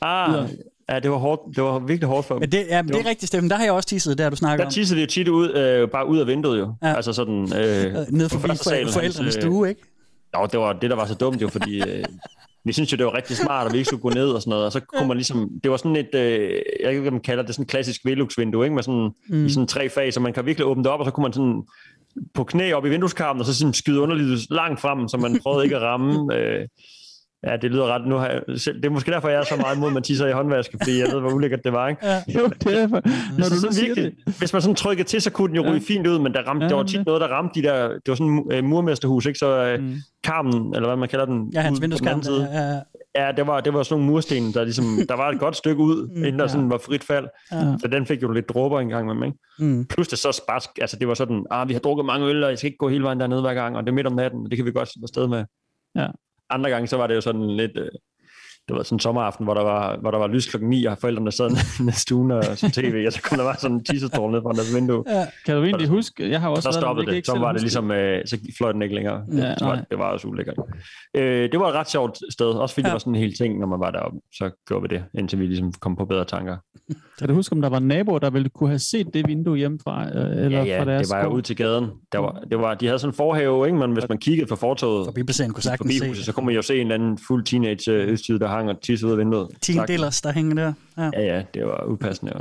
Speaker 5: Ja, det var hårdt. Det var virkelig hårdt for dem.
Speaker 3: Men det er rigtigt, Steffen. Der har jeg også tisset, der du snakker om.
Speaker 5: Der tissede vi jo tit ud, bare ud af vinduet jo. Ja. Altså sådan...
Speaker 3: ned forbi forældrenes stue, ikke?
Speaker 5: Jo, det var det, der var så dumt jo, fordi... vi synes jo, det var rigtig smart, at vi ikke skulle gå ned og sådan noget, og så kunne man ligesom, det var sådan et, jeg ved ikke, hvad man kalder det, sådan et klassisk Velux-vindue, ikke, med sådan, i sådan 3 fag, så man kan virkelig åbne det op, og så kunne man sådan på knæ op i vindueskarmen, og så sådan skyde underligt langt frem, så man prøvede ikke at ramme. Ja, det lyder ret. Nu har jeg selv, det er måske derfor, jeg er så meget imod, at man tisser i håndvasken, fordi jeg ved, hvor ulækkert det var, ikke?
Speaker 4: Ja, jo, det er når du
Speaker 5: sådan virkelig, hvis man sådan trykkede til, så kunne den jo ryge fint ud, men der var tit noget, der ramte de der, det var sådan en murmesterhus, ikke? Så karmen, eller hvad man kalder den,
Speaker 3: hans vindueskarmen,
Speaker 5: ja, det var sådan nogle mursten, der ligesom, der var et godt stykke ud, inden der sådan var frit fald. Så den fik jo lidt dråber engang med mig, ikke? Plus det så bare, altså det var sådan, vi har drukket mange øl, og jeg skal ikke gå hele vejen dernede hver gang, og det er midt om natten, og det kan vi godt slippe afsted med.
Speaker 4: Ja.
Speaker 5: Andre gange, så var det jo sådan lidt... det var sådan en sommeraften, hvor der var lys klokken 9, og forældrene sad nede i stuen og så tv, og så kom der bare sådan en tissestrål ned fra deres vindue.
Speaker 4: Ja. Kan du egentlig huske? Jeg har også
Speaker 5: så stoppede det. Så var det ligesom... så fløj den ikke længere. Ja, det var også ulækkert. Det var et ret sjovt sted, også fordi det var sådan en hel ting, når man var deroppe. Så gjorde vi det, indtil vi ligesom kom på bedre tanker.
Speaker 4: Kan du huske, om der var naboer, der ville kunne have set det vindue hjemmefra? Eller fra deres
Speaker 5: det var jo ud til gaden. De havde sådan en forhave, ikke? Men hvis man kiggede fra fortovet
Speaker 3: forbi
Speaker 5: huset, så kunne man jo se en eller anden fuld teenage østjyde, der hang og tissede ud af vinduet.
Speaker 3: Teen-dillers, der hænger der.
Speaker 5: Ja, det var upassende.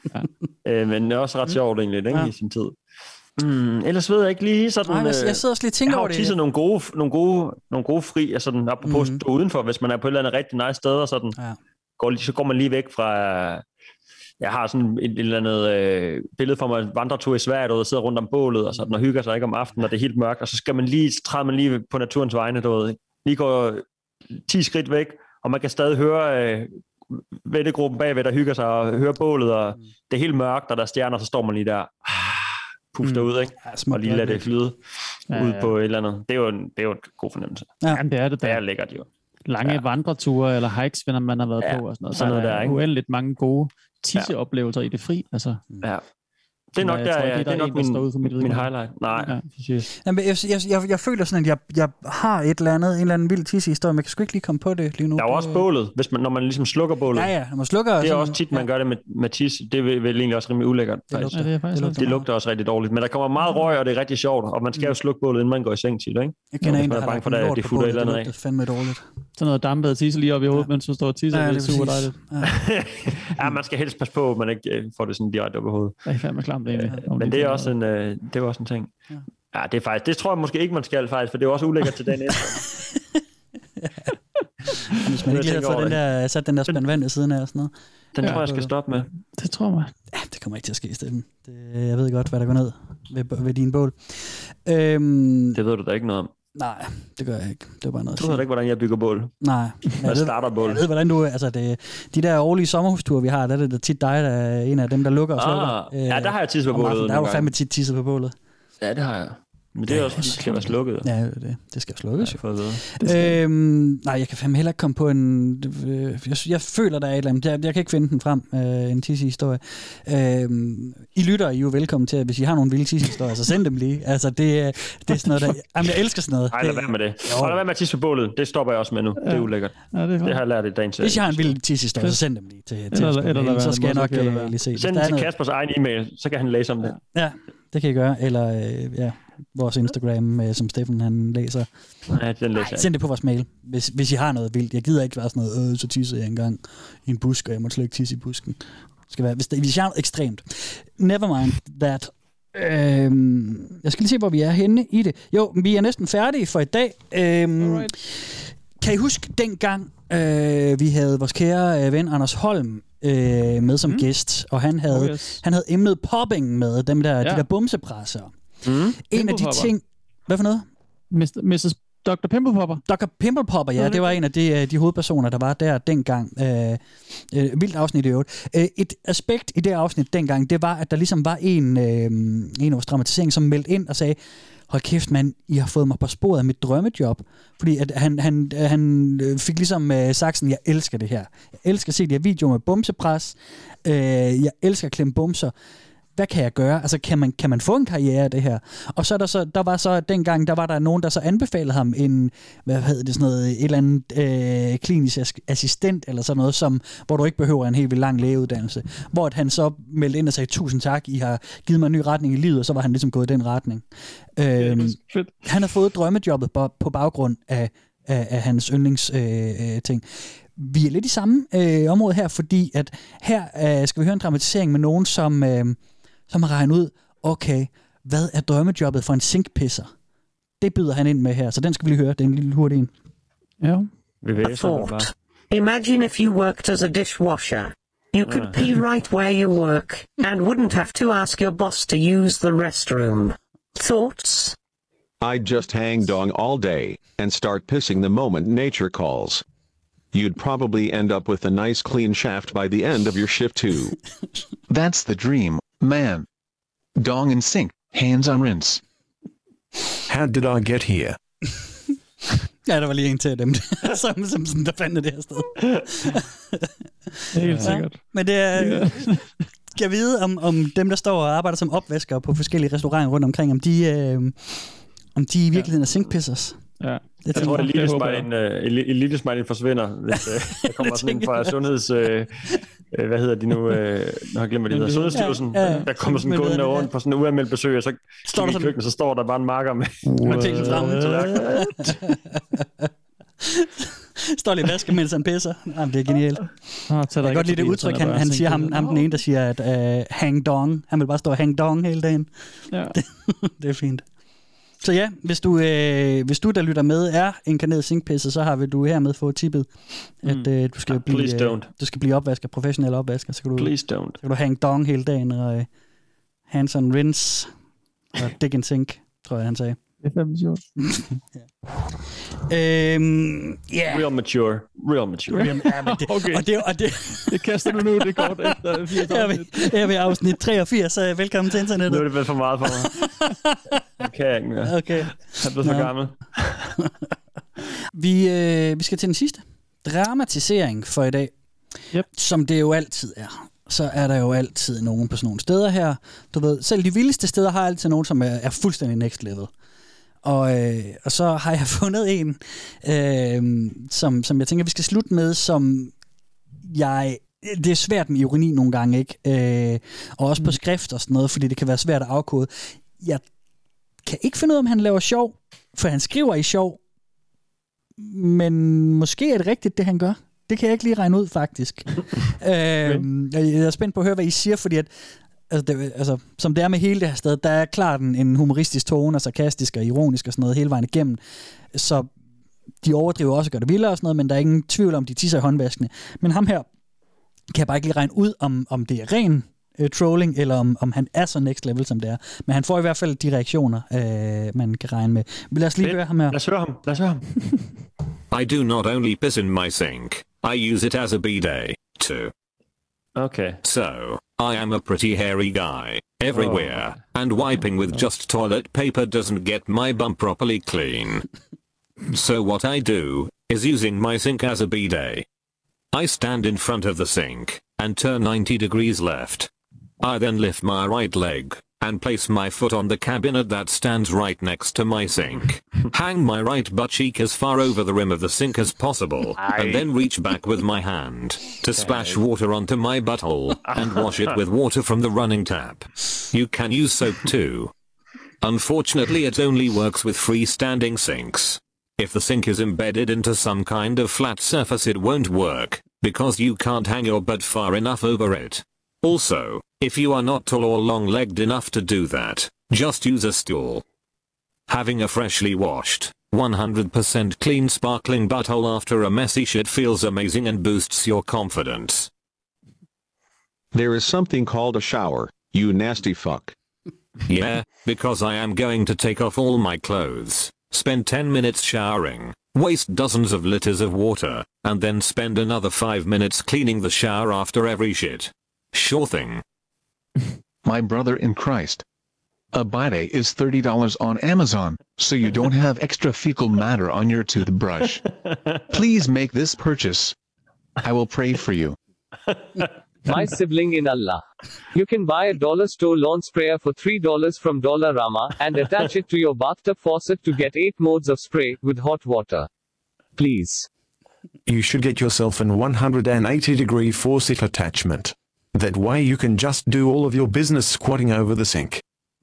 Speaker 5: Men også ret sjovt egentlig, ikke? I sin tid. Ellers ved jeg ikke lige sådan...
Speaker 3: Nej, jeg sidder også lige og tænker over det.
Speaker 5: Jeg har tisset nogle gode fri, altså sådan apropos stå udenfor, hvis man er på et eller andet rigtig nice sted, og sådan, så går man lige væk fra... Jeg har sådan et eller andet billede for mig, en vandretur i Sverige, der sidder rundt om bålet, og sådan, og hygger sig ikke om aftenen, og det er helt mørkt, og så skal man træde man lige på naturens vegne, lige gå 10 skridt væk, og man kan stadig høre vennegruppen bagved, der hygger sig, og høre bålet, og det er helt mørkt, og der er stjerner, så står man lige der, puster ud, ikke? Og lige lader det flyde ud på et eller andet. Det er jo en god fornemmelse.
Speaker 4: Jamen, det er det.
Speaker 5: Det er lækkert, jo.
Speaker 4: Lange vandreture, eller hikes, man har været på, og sådan noget. Så er der uendeligt mange gode tisseoplevelser i det fri, altså.
Speaker 5: Ja. Det er nok, det er nok min highlight. Nej.
Speaker 3: Jeg føler sådan, at jeg har en eller anden vild tissehistorie, men jeg kan sgu ikke lige komme på det lige nu.
Speaker 5: Der er også bålet, når man ligesom slukker bålet.
Speaker 3: Ja, når man slukker...
Speaker 5: Det er også tit, man gør det med tisse. Det er vel egentlig også rimelig ulækkert. Det lugter også rigtig dårligt. Men der kommer meget røg, og det er rigtig sjovt. Og man skal jo slukke bålet, inden man går i seng tit, ikke?
Speaker 3: Jeg kender en, der har lagt en lort på bålet. Det lugter fandme dårligt.
Speaker 4: Sådan noget dampet tisse lige op i hovedet, mens du står og tisser. Det er super dejligt.
Speaker 5: Ja, man skal helst passe på, at man ikke får det sådan direkte op i hovedet.
Speaker 4: Det er fandme klamt egentlig.
Speaker 5: Men det er også en ting. Ja, det er faktisk, det tror jeg måske ikke, man skal faktisk, for det er også ulækkert til dagen efter.
Speaker 3: Hvis man ikke lige har fået sat den der spand vand ved siden af og sådan noget.
Speaker 5: Den tror jeg skal stoppe med.
Speaker 4: Det tror jeg.
Speaker 3: Ja, det kommer ikke til at ske, Steffen. Jeg ved godt, hvad der går ned ved din bål.
Speaker 5: Det ved du da ikke noget om.
Speaker 3: Nej, det gør jeg ikke. Det er bare noget.
Speaker 5: Du ved da ikke, hvordan jeg bygger bål.
Speaker 3: Nej.
Speaker 5: Jeg starter bål.
Speaker 3: Jeg ved, hvordan du... Altså, de der årlige sommerhusture, vi har, der er det tit dig, der er en af dem, der lukker og slukker.
Speaker 5: Ja, der har jeg tisset på bålet.
Speaker 3: Der er jo fandme tit tisset på bålet.
Speaker 5: Ja, det har jeg. Men det er også, fordi det skal være slukket.
Speaker 3: Ja, det skal slukkes.
Speaker 5: Ja,
Speaker 3: nej, jeg kan fandme heller ikke komme på en... Jeg føler, der er et eller andet. Jeg kan ikke finde den frem, en tisse-historie. I lytter, I er jo velkommen til, hvis I har nogle vilde tisse-historier, så send dem lige. Altså, det er sådan noget, der... Jamen, jeg elsker sådan noget.
Speaker 5: Nej, lad være med det. Og lad være med at tisse på bålet. Det stopper jeg også med nu. Det er ulækkert.
Speaker 3: Ja, det
Speaker 5: har jeg lært i dagens.
Speaker 3: Hvis jeg har en vild tisse-historie, så send dem lige til så skal jeg nok lige se.
Speaker 5: Send den til Kaspers egen e-mail, så kan han læse om det.
Speaker 3: Ja, det kan jeg gøre. Eller vores Instagram, som Steffen han læser.
Speaker 5: Nej, den læser jeg.
Speaker 3: Send det på vores mail, hvis I har noget vildt. Jeg gider ikke være sådan noget, så tisser jeg engang i en busk, og jeg må slet ikke tisse i busken. Det skal være, hvis jeg har noget ekstremt. Never mind that. Jeg skal lige se, hvor vi er henne i det. Jo, vi er næsten færdige for i dag. Kan I huske dengang, vi havde vores kære ven Anders Holm med som gæst, og han havde emnet popping med, de der bumsepresser. En af de ting... Hvad for noget?
Speaker 4: Mrs. Dr. Pimple Popper.
Speaker 3: Dr. Pimple Popper, ja. Det var en af de hovedpersoner, der var der dengang. Vildt afsnit i øvrigt. Et aspekt i det afsnit dengang, det var, at der ligesom var en af vores dramatisering, som meldte ind og sagde, hold kæft, mand, I har fået mig på sporet af mit drømmejob. Fordi at han fik ligesom sagt sådan, jeg elsker det her. Jeg elsker at se de her videoer med bumsepres. Jeg elsker at klemme bumser. Hvad kan jeg gøre? Altså, kan man få en karriere af det her? Og så der var så dengang, der var der nogen, der så anbefalede ham en, hvad hedder det, sådan noget, et eller andet klinisk assistent, eller sådan noget, hvor du ikke behøver en helt vildt lang lægeuddannelse. Hvor at han så meldte ind og sagde, 1000 tak, I har givet mig en ny retning i livet, og så var han ligesom gået i den retning. Han har fået drømmejobbet på baggrund af hans yndlingsting. Vi er lidt i samme område her, fordi at her skal vi høre en dramatisering med nogen, som har regnet ud, okay, hvad er drømmejobbet for en sinkpisser? Det byder han ind med her, så den skal vi lige høre. Det er en lille hurtig en.
Speaker 4: Ja.
Speaker 15: A thought. Imagine if you worked as a dishwasher. You could pee right where you work, and wouldn't have to ask your boss to use the restroom. Thoughts?
Speaker 8: I'd just hang dong all day, and start pissing the moment nature calls. You'd probably end up with a nice clean shaft by the end of your shift too.
Speaker 12: That's the dream, man. Dong and sink, hands on rinse.
Speaker 10: How did I get here?
Speaker 3: Ja, der var lige en til dem, som sådan, der fandt det her sted.
Speaker 4: Helt sikkert.
Speaker 3: Men det er... Skal jeg vide, om dem, der står og arbejder som opvaskere på forskellige restauranter rundt omkring, om de i virkeligheden er sinkpissers?
Speaker 5: Ja. Jeg tror, at elitesmiley forsvinder, hvis der kommer sådan en fra sundheds... hvad hedder de nu? Nu har jeg glemt, hvad de hedder. Sundhedsstyrelsen. Der kommer sådan gående rundt på sådan en uanmeldt besøg, og så står der i køkkenet, så står der bare en marker med ting fremme.
Speaker 3: Står lige i vasken, mens han pisser. Jamen, det er genialt. Jeg kan godt lide det udtryk, han siger, ham den ene, der siger, at hang dong. Han vil bare stå og hang dong hele dagen. Ja. Det er fint. Så ja, hvis du der lytter med, er inkarneret sinkpisser, så har du hermed fået tippet, at du skal blive opvasker, professionel opvasker. Så kan du hang dong hele dagen, og hands on rinse, og dig in sink, tror jeg, han sagde.
Speaker 4: Det er fandme sjovt.
Speaker 5: Real mature.
Speaker 3: Okay. Og det
Speaker 4: det kaster du nu, det er godt efter 80 afsnit.
Speaker 3: Jeg vil afsnit 83, så velkommen til internettet.
Speaker 5: Nu er det vel for meget for mig. Jeg kan ikke mere.
Speaker 3: Okay.
Speaker 5: Jeg er blevet for gammel.
Speaker 3: Vi skal til den sidste dramatisering for i dag.
Speaker 4: Yep. Som
Speaker 3: det jo altid er. Så er der jo altid nogen på sådan nogle steder her. Du ved, selv de vildeste steder har altid nogen, som er fuldstændig next level. Og så har jeg fundet en, som jeg tænker, vi skal slutte med, som det er svært med ironi nogle gange, ikke? Og også på skrift og sådan noget, fordi det kan være svært at afkode. Jeg kan ikke finde ud af, om han laver sjov, for han skriver i sjov, men måske er det rigtigt, det han gør. Det kan jeg ikke lige regne ud, faktisk. Jeg er spændt på at høre, hvad I siger, fordi at som det er med hele det her sted, der er klart en humoristisk tone, og sarkastisk og ironisk og sådan noget hele vejen igennem. Så de overdriver også og gør det vildere og sådan noget, men der er ingen tvivl om, de tisser i håndvaskene. Men ham her kan jeg bare ikke lige regne ud, om det er ren trolling, eller om han er så next level, som det er. Men han får i hvert fald de reaktioner, man kan regne med. Lad os lige høre ham her.
Speaker 5: Lad os høre ham.
Speaker 6: I do not only piss in my sink, I use it as a bidet, too.
Speaker 5: Okay.
Speaker 6: So,
Speaker 8: I am a pretty hairy guy, everywhere, and wiping with just toilet paper doesn't get my bum properly clean. So what I do, is using my sink as a bidet. I stand in front of the sink, and turn 90 degrees left. I then lift my right leg, and place my foot on the cabinet that stands right next to my sink. Hang my right butt cheek as far over the rim of the sink as possible, and then reach back with my hand to splash water onto my butthole, and wash it with water from the running tap. You can use soap too. Unfortunately, it only works with freestanding sinks. If the sink is embedded into some kind of flat surface, it won't work, because you can't hang your butt far enough over it. Also, if you are not tall or long-legged enough to do that, just use a stool. Having a freshly washed, 100% clean sparkling butthole after a messy shit feels amazing and boosts your confidence. There is something called a shower, you nasty fuck. Yeah, because I am going to take off all my clothes, spend 10 minutes showering, waste dozens of liters of water, and then spend another 5 minutes cleaning the shower after every shit. Sure thing.
Speaker 12: My brother in Christ. A bidet is $30 on Amazon, so you don't have extra fecal matter on your toothbrush. Please make this purchase. I will pray for you.
Speaker 13: My sibling in Allah. You can buy a dollar store lawn sprayer for $3 from Dollarama and attach it to your bathtub faucet to get 8 modes of spray with hot water. Please.
Speaker 10: You should get yourself an 180-degree faucet attachment. That way you can just do all of your business squatting over the sink.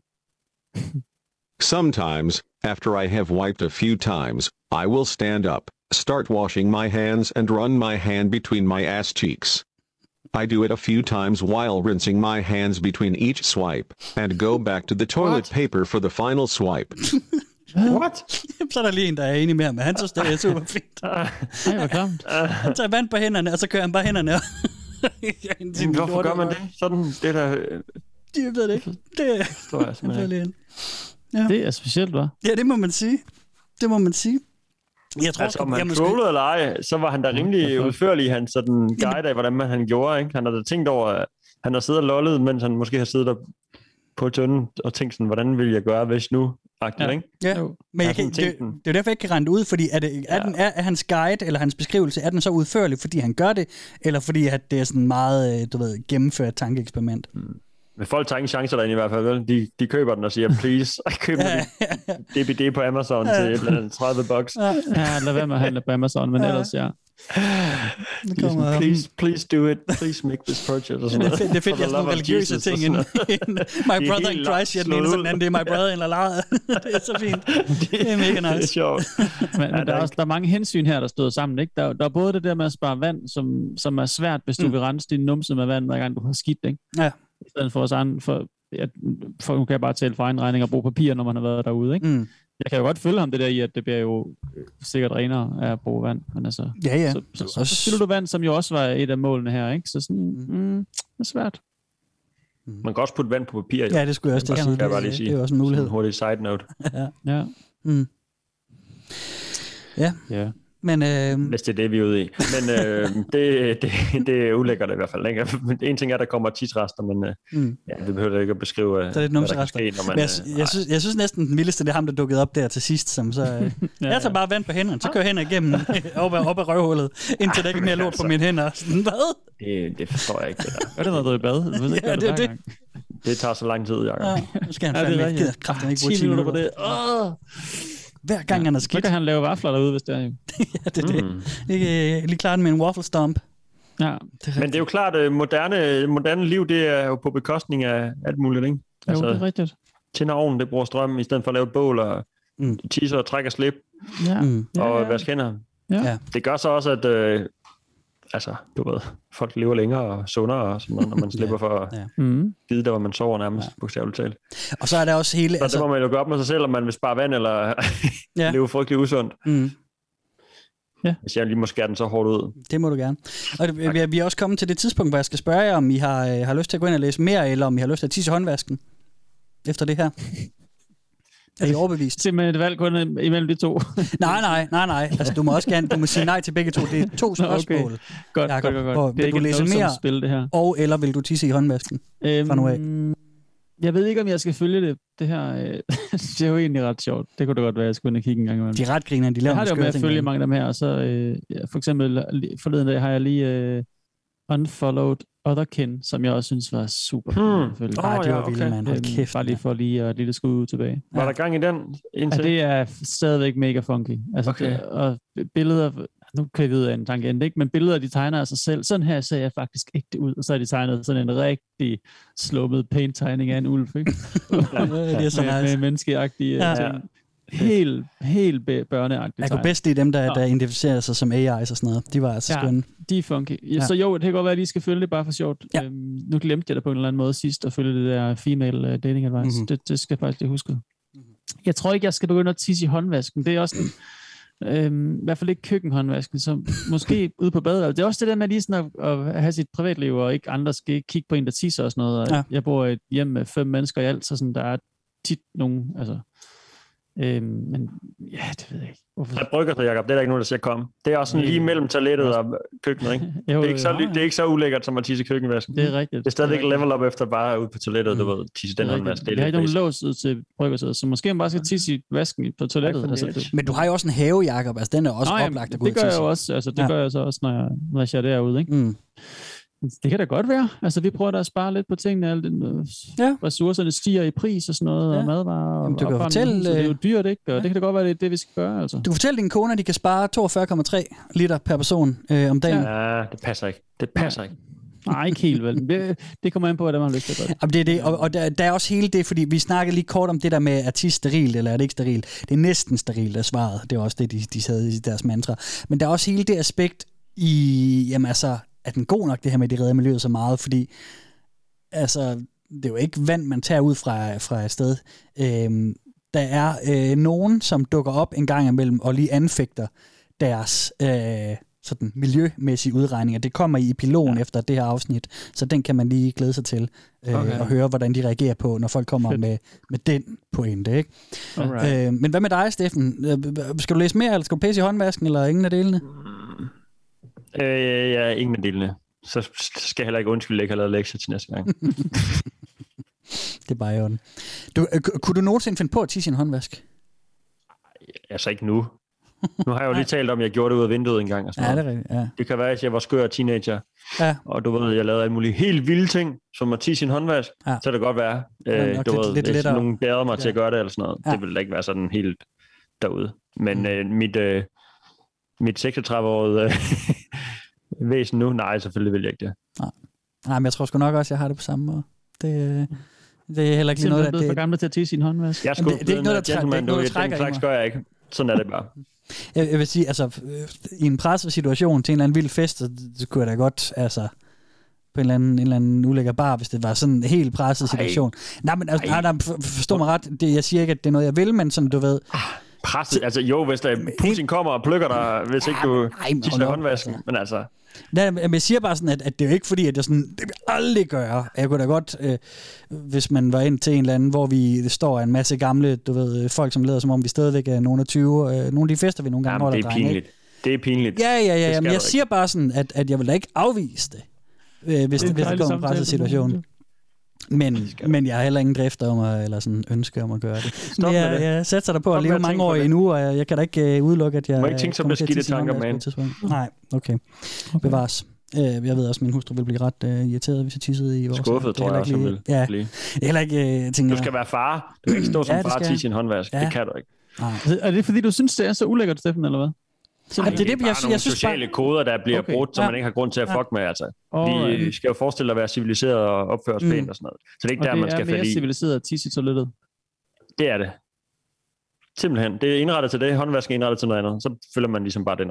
Speaker 8: Sometimes, after I have wiped a few times, I will stand up, start washing my hands and run my hand between my ass cheeks. I do it a few times while rinsing my hands between each swipe, and go back to the toilet paper for the final swipe.
Speaker 5: What?
Speaker 3: Så er der lige en, der er enig med ham. Han synes, det er super fint.
Speaker 4: Nej, hvor klamt.
Speaker 3: Han tager vand på hænderne, og så kører han bare hænderne op.
Speaker 5: Hvorfor gør man det? Sådan, det der...
Speaker 3: Jeg ved det ikke. Det
Speaker 5: tror jeg simpelthen ikke.
Speaker 3: Ja.
Speaker 4: Det er specielt, hva'?
Speaker 3: Ja, det må man sige. Det må man sige. Jeg tror,
Speaker 5: altså, om han trollede eller ej, så var han da rimelig udførlig i hans sådan guide af, hvordan han gjorde. Ikke? Han havde tænkt over, at han har siddet og lollet, mens han måske har siddet der på tønden og tænkt sådan, hvordan vil jeg gøre, hvis nu? Agtigt, ikke?
Speaker 3: Ja, men det er jo derfor, jeg ikke kan regne det ud, fordi er hans guide eller hans beskrivelse, er den så udførlig, fordi han gør det, eller fordi at det er sådan meget, gennemført tankeeksperiment?
Speaker 5: Men folk tager ingen chancer derinde i hvert fald, vel? De køber den og siger, please, køb DBD på Amazon til blandt andet 30 bucks.
Speaker 4: Ja, lad være med at handle på Amazon, men ellers
Speaker 5: Please do it. Please make this purchase. Og sådan
Speaker 3: det er fedt, jeg har sådan religiøse ting ind. My brother in Christ, jeg den ene, sådan anden, det er my brother in Allah. Det er så fint. Det er mega nice.
Speaker 4: Det er sjovt. Men der er mange hensyn her, der støder sammen, ikke? Der er både det der med at spare vand, som er svært, hvis du vil rense din numse med vand, hver gang du har skidt, ikke? Ja. I stedet for os andre, for nu kan jeg bare tælle for egen regning og bruge papir, når man har været derude, ikke? Jeg kan jo godt følge ham det der i, at det bliver jo sikkert renere af at bruge vand. Men altså,
Speaker 3: ja.
Speaker 4: Så spiller du vand, som jo også var et af målene her, ikke? Så sådan, det er svært.
Speaker 5: Man kan også putte vand på papir.
Speaker 3: Ja, det skulle jeg også sige. Det er også en mulighed.
Speaker 5: En hurtig side note.
Speaker 4: Ja.
Speaker 3: Ja. Men,
Speaker 5: hvis det er det, vi er ude i. Men det er ulækkert i hvert fald. Ikke? En ting er, at der kommer tidsrester, men det behøver ikke at beskrive, hvad der kan ske, når man...
Speaker 3: Jeg synes næsten, den vildeste, det er ham, der dukkede op der til sidst. Som så, jeg tager bare vand på hænderne, så kører jeg hænder igennem op ad røvhullet, indtil der ikke er mere lort på mine hænder. Sådan, hvad?
Speaker 5: Det forstår jeg ikke, det der.
Speaker 4: Er det noget, du er i bad?
Speaker 3: Ja, det er det.
Speaker 5: Det tager så lang tid, Jacob.
Speaker 3: Ja, nu skal han fandme ikke kraften ikke bruge 10 minutter på det. Hver gang han er skidt.
Speaker 4: Så kan han lave vafler derude, hvis det er jo.
Speaker 3: Ja, det er det. Lige klart med en waffle stomp.
Speaker 4: Ja.
Speaker 5: Men det er jo klart, at moderne liv, det er jo på bekostning af alt muligt, ikke?
Speaker 4: Altså, jo, det er rigtigt.
Speaker 5: Tænder ovnen, det bruger strøm, i stedet for at lave et bål, og tisser og trækker slip, og vaske hænder.
Speaker 3: Ja.
Speaker 5: Det gør så også, at du ved, folk lever længere og sundere, og sådan noget, når man slipper for at vide der, hvor man sover nærmest, bogstaveligt talt.
Speaker 3: Og så er der også hele...
Speaker 5: Så det må man jo gøre op med sig selv, om man vil spare vand, eller leve frygtelig usundt.
Speaker 4: Ja.
Speaker 5: Hvis jeg lige må skære den så hårdt ud.
Speaker 3: Det må du gerne. Og vi er også kommet til det tidspunkt, hvor jeg skal spørge jer, om I har lyst til at gå ind og læse mere, eller om I har lyst til at tisse håndvasken efter det her. Er I overbevist?
Speaker 4: Simpelthen et valg kun imellem de to.
Speaker 3: nej. Altså, du må også gerne må sige nej til begge to. Det er 2 spørgsmål.
Speaker 4: Okay. Godt.
Speaker 3: Hvor,
Speaker 4: det er
Speaker 3: vil du læse mere,
Speaker 4: spil, det her.
Speaker 3: og eller vil du tisse i håndvasken fra nu af?
Speaker 4: Jeg ved ikke, om jeg skal følge det her. Det er jo egentlig ret sjovt. Det kunne da godt være, at jeg skulle ind og kigge en gang imellem.
Speaker 3: De er ret griner, de laver.
Speaker 4: Jeg har det jo med at følge mange af dem her, og så for eksempel forleden dag har jeg lige unfollowed Otherkin, som jeg også synes var super.
Speaker 3: Det var vildt, mand. Kæft,
Speaker 4: bare lige for lige et lille skud tilbage.
Speaker 5: Var der gang i den indtil?
Speaker 4: Ja, det er stadigvæk mega funky. Altså,
Speaker 5: Okay.
Speaker 4: og billeder, nu kan jeg vide af en tangent, ikke? Men billeder, de tegner af sig selv. Sådan her ser jeg faktisk ægte ud, og så har de tegnet sådan en rigtig slummet paint-tegning af en ulv, ikke?
Speaker 3: Det er så nice.
Speaker 4: Med menneskeagtige ting. Helt børneagtige.
Speaker 3: Jeg kunne bedst lide dem, der identificerer sig som AI's og sådan noget. De var altså skønne.
Speaker 4: De er funky. Ja. Så jo, det kan godt være, at de skal følge det bare for sjovt. Ja. Nu glemte jeg det på en eller anden måde sidst, at følge det der female dating advice. Det skal jeg faktisk lige huske. Jeg tror ikke, jeg skal begynde at tisse i håndvasken. Det er også i hvert fald ikke køkkenhåndvasken, så måske ude på badet. Det er også det der med lige sådan at have sit privatliv, og ikke andre skal kigge på en, der tisser og sådan noget. Og jeg bor i et hjem med 5 mennesker i alt, så sådan, der er tit nogen, altså. Men ja, det ved jeg ikke.
Speaker 5: Der brygger sig, Jacob. Det er der ikke nogen, der siger komme. Det er også sådan lige mellem toilettet og køkkenet, ikke? Det er ikke så ulækkert, som at tisse i køkkenvasken.
Speaker 4: Det er rigtigt.
Speaker 5: Det er stadigvæk level up efter bare ude på toilettet, du ved, tisse den håndvask.
Speaker 4: Jeg har ikke nogen lås ud til bryggersædet, så måske man bare skal tisse i vasken på toilettet. Altså,
Speaker 3: men du har jo også en have, Jacob. Altså, den er også oplagt at gå ud til.
Speaker 4: Det gør jeg jo også. Altså, det gør jeg så også, når jeg er derude, ikke? Det kan da godt være. Altså, vi prøver da at spare lidt på tingene. Alle ressourcerne stiger i pris og sådan noget, og madvarer.
Speaker 3: Jamen, du kan fortælle,
Speaker 4: så det er jo dyrt, ikke? Og det kan da godt være, det vi skal gøre. Altså.
Speaker 3: Du kan fortælle dine koner, at de kan spare 42,3 liter per person om dagen.
Speaker 5: Ja, det passer ikke. Det passer ikke.
Speaker 4: Nej, ikke helt vel. Det kommer an på, hvad man har lyst til at gøre.
Speaker 3: Det er det. Og der er også hele det, fordi vi snakkede lige kort om det der med, at tisse sterilt, eller er det ikke sterilt? Det er næsten sterilt, der svaret. Det er også det, de havde i deres mantra. Men der er også hele det aspekt i, jamen altså, er den god nok, det her med, at de redder miljøet så meget, fordi altså, det er jo ikke vand, man tager ud fra et sted. Der er nogen, som dukker op en gang imellem og lige anfægter deres sådan miljømæssige udregninger. Det kommer i epilogen efter det her afsnit, så den kan man lige glæde sig til og høre, hvordan de reagerer på, når folk kommer med den pointe. Ikke? Men hvad med dig, Steffen? Skal du læse mere, eller skal du pisse i håndvasken, eller ingen af delene?
Speaker 5: Ja, ingen af delene. Så skal jeg heller ikke undskylde, at jeg ikke har lavet lektier til næste gang.
Speaker 3: Det er bare i orden. Kunne du nogensinde finde på at tisse i en håndvask?
Speaker 5: Altså ikke nu. Nu har jeg jo lige talt om, at jeg gjorde det ud af vinduet en gang. Og sådan
Speaker 3: det er rigtigt, ja.
Speaker 5: Det kan være, at jeg var skør teenager.
Speaker 3: Ja.
Speaker 5: Og du ved, jeg lavede alle mulige helt vilde ting, som at tisse i en håndvask. Ja. Så det godt være. Du ved, hvis nogen bærede mig til at gøre det, eller sådan noget. Ja. Det ville da ikke være sådan helt derude. Men mit 36-årige væsen nu, nej, selvfølgelig vil jeg ikke det.
Speaker 3: Nej, men jeg tror sgu nok også, jeg har det på samme måde. Det er heller ikke lige noget,
Speaker 4: der... Det er for gamle til at tisse i en håndvask.
Speaker 5: Jeg skulle det er ikke noget, der trækker i mig. Den slags gør jeg ikke. Sådan er det bare.
Speaker 3: Jeg vil sige, altså, i en presset situation til en eller anden vild fest, så kunne jeg da godt, altså, på en eller anden ulækker bar, hvis det var sådan en helt presset situation. Nej, men altså, forstå mig ret, jeg siger ikke, at det er noget, jeg vil, men sådan, du ved...
Speaker 5: Presset, altså jo, hvis der Putin kommer og plukker dig, hvis ikke du tisser håndvasken, men altså...
Speaker 3: Nej, men jeg siger bare sådan, at det er jo ikke fordi, at jeg sådan, det vil aldrig gøre. Jeg kunne da godt, hvis man var ind til en eller anden, hvor vi står en masse gamle, du ved, folk, som leder som om vi stadigvæk er nogle af 20, nogle af de fester, vi nogle gange holder.
Speaker 5: Det er pinligt. Det er pinligt.
Speaker 3: Ja, men jeg siger bare sådan, at jeg vil da ikke afvise det, hvis det kommer en presset situation. Men jeg har heller ingen drift om eller sådan ønske om at gøre det. Men jeg sætter dig på at leve mange år endnu, og jeg kan da ikke udelukke, at jeg...
Speaker 5: Må ikke tænke som det skidte tanker, man.
Speaker 3: Nej, okay. Bevares. Jeg ved også, at min hustru vil blive ret irriteret, hvis jeg tissede i vores...
Speaker 5: Skuffet, tror jeg også, hun vil.
Speaker 3: Ja, heller ikke tænker...
Speaker 5: Du skal være far. Du kan ikke stå som far og tisse i en håndvask. Det kan du ikke.
Speaker 4: Er det fordi, du synes, det er så ulækkert, Steffen, eller hvad?
Speaker 5: Det er bare nogle sociale koder, der bliver brudt, som man ikke har grund til at fuck med. Altså. Vi skal jo forestille at være civiliseret og opføre os pænt og sådan noget. Så det er ikke der, man skal falde i.
Speaker 4: Og det er mere civiliseret at tisse i toilettet?
Speaker 5: Det er det. Simpelthen. Det er indrettet til det. Håndvasken er indrettet til noget andet. Så følger man ligesom bare den regel.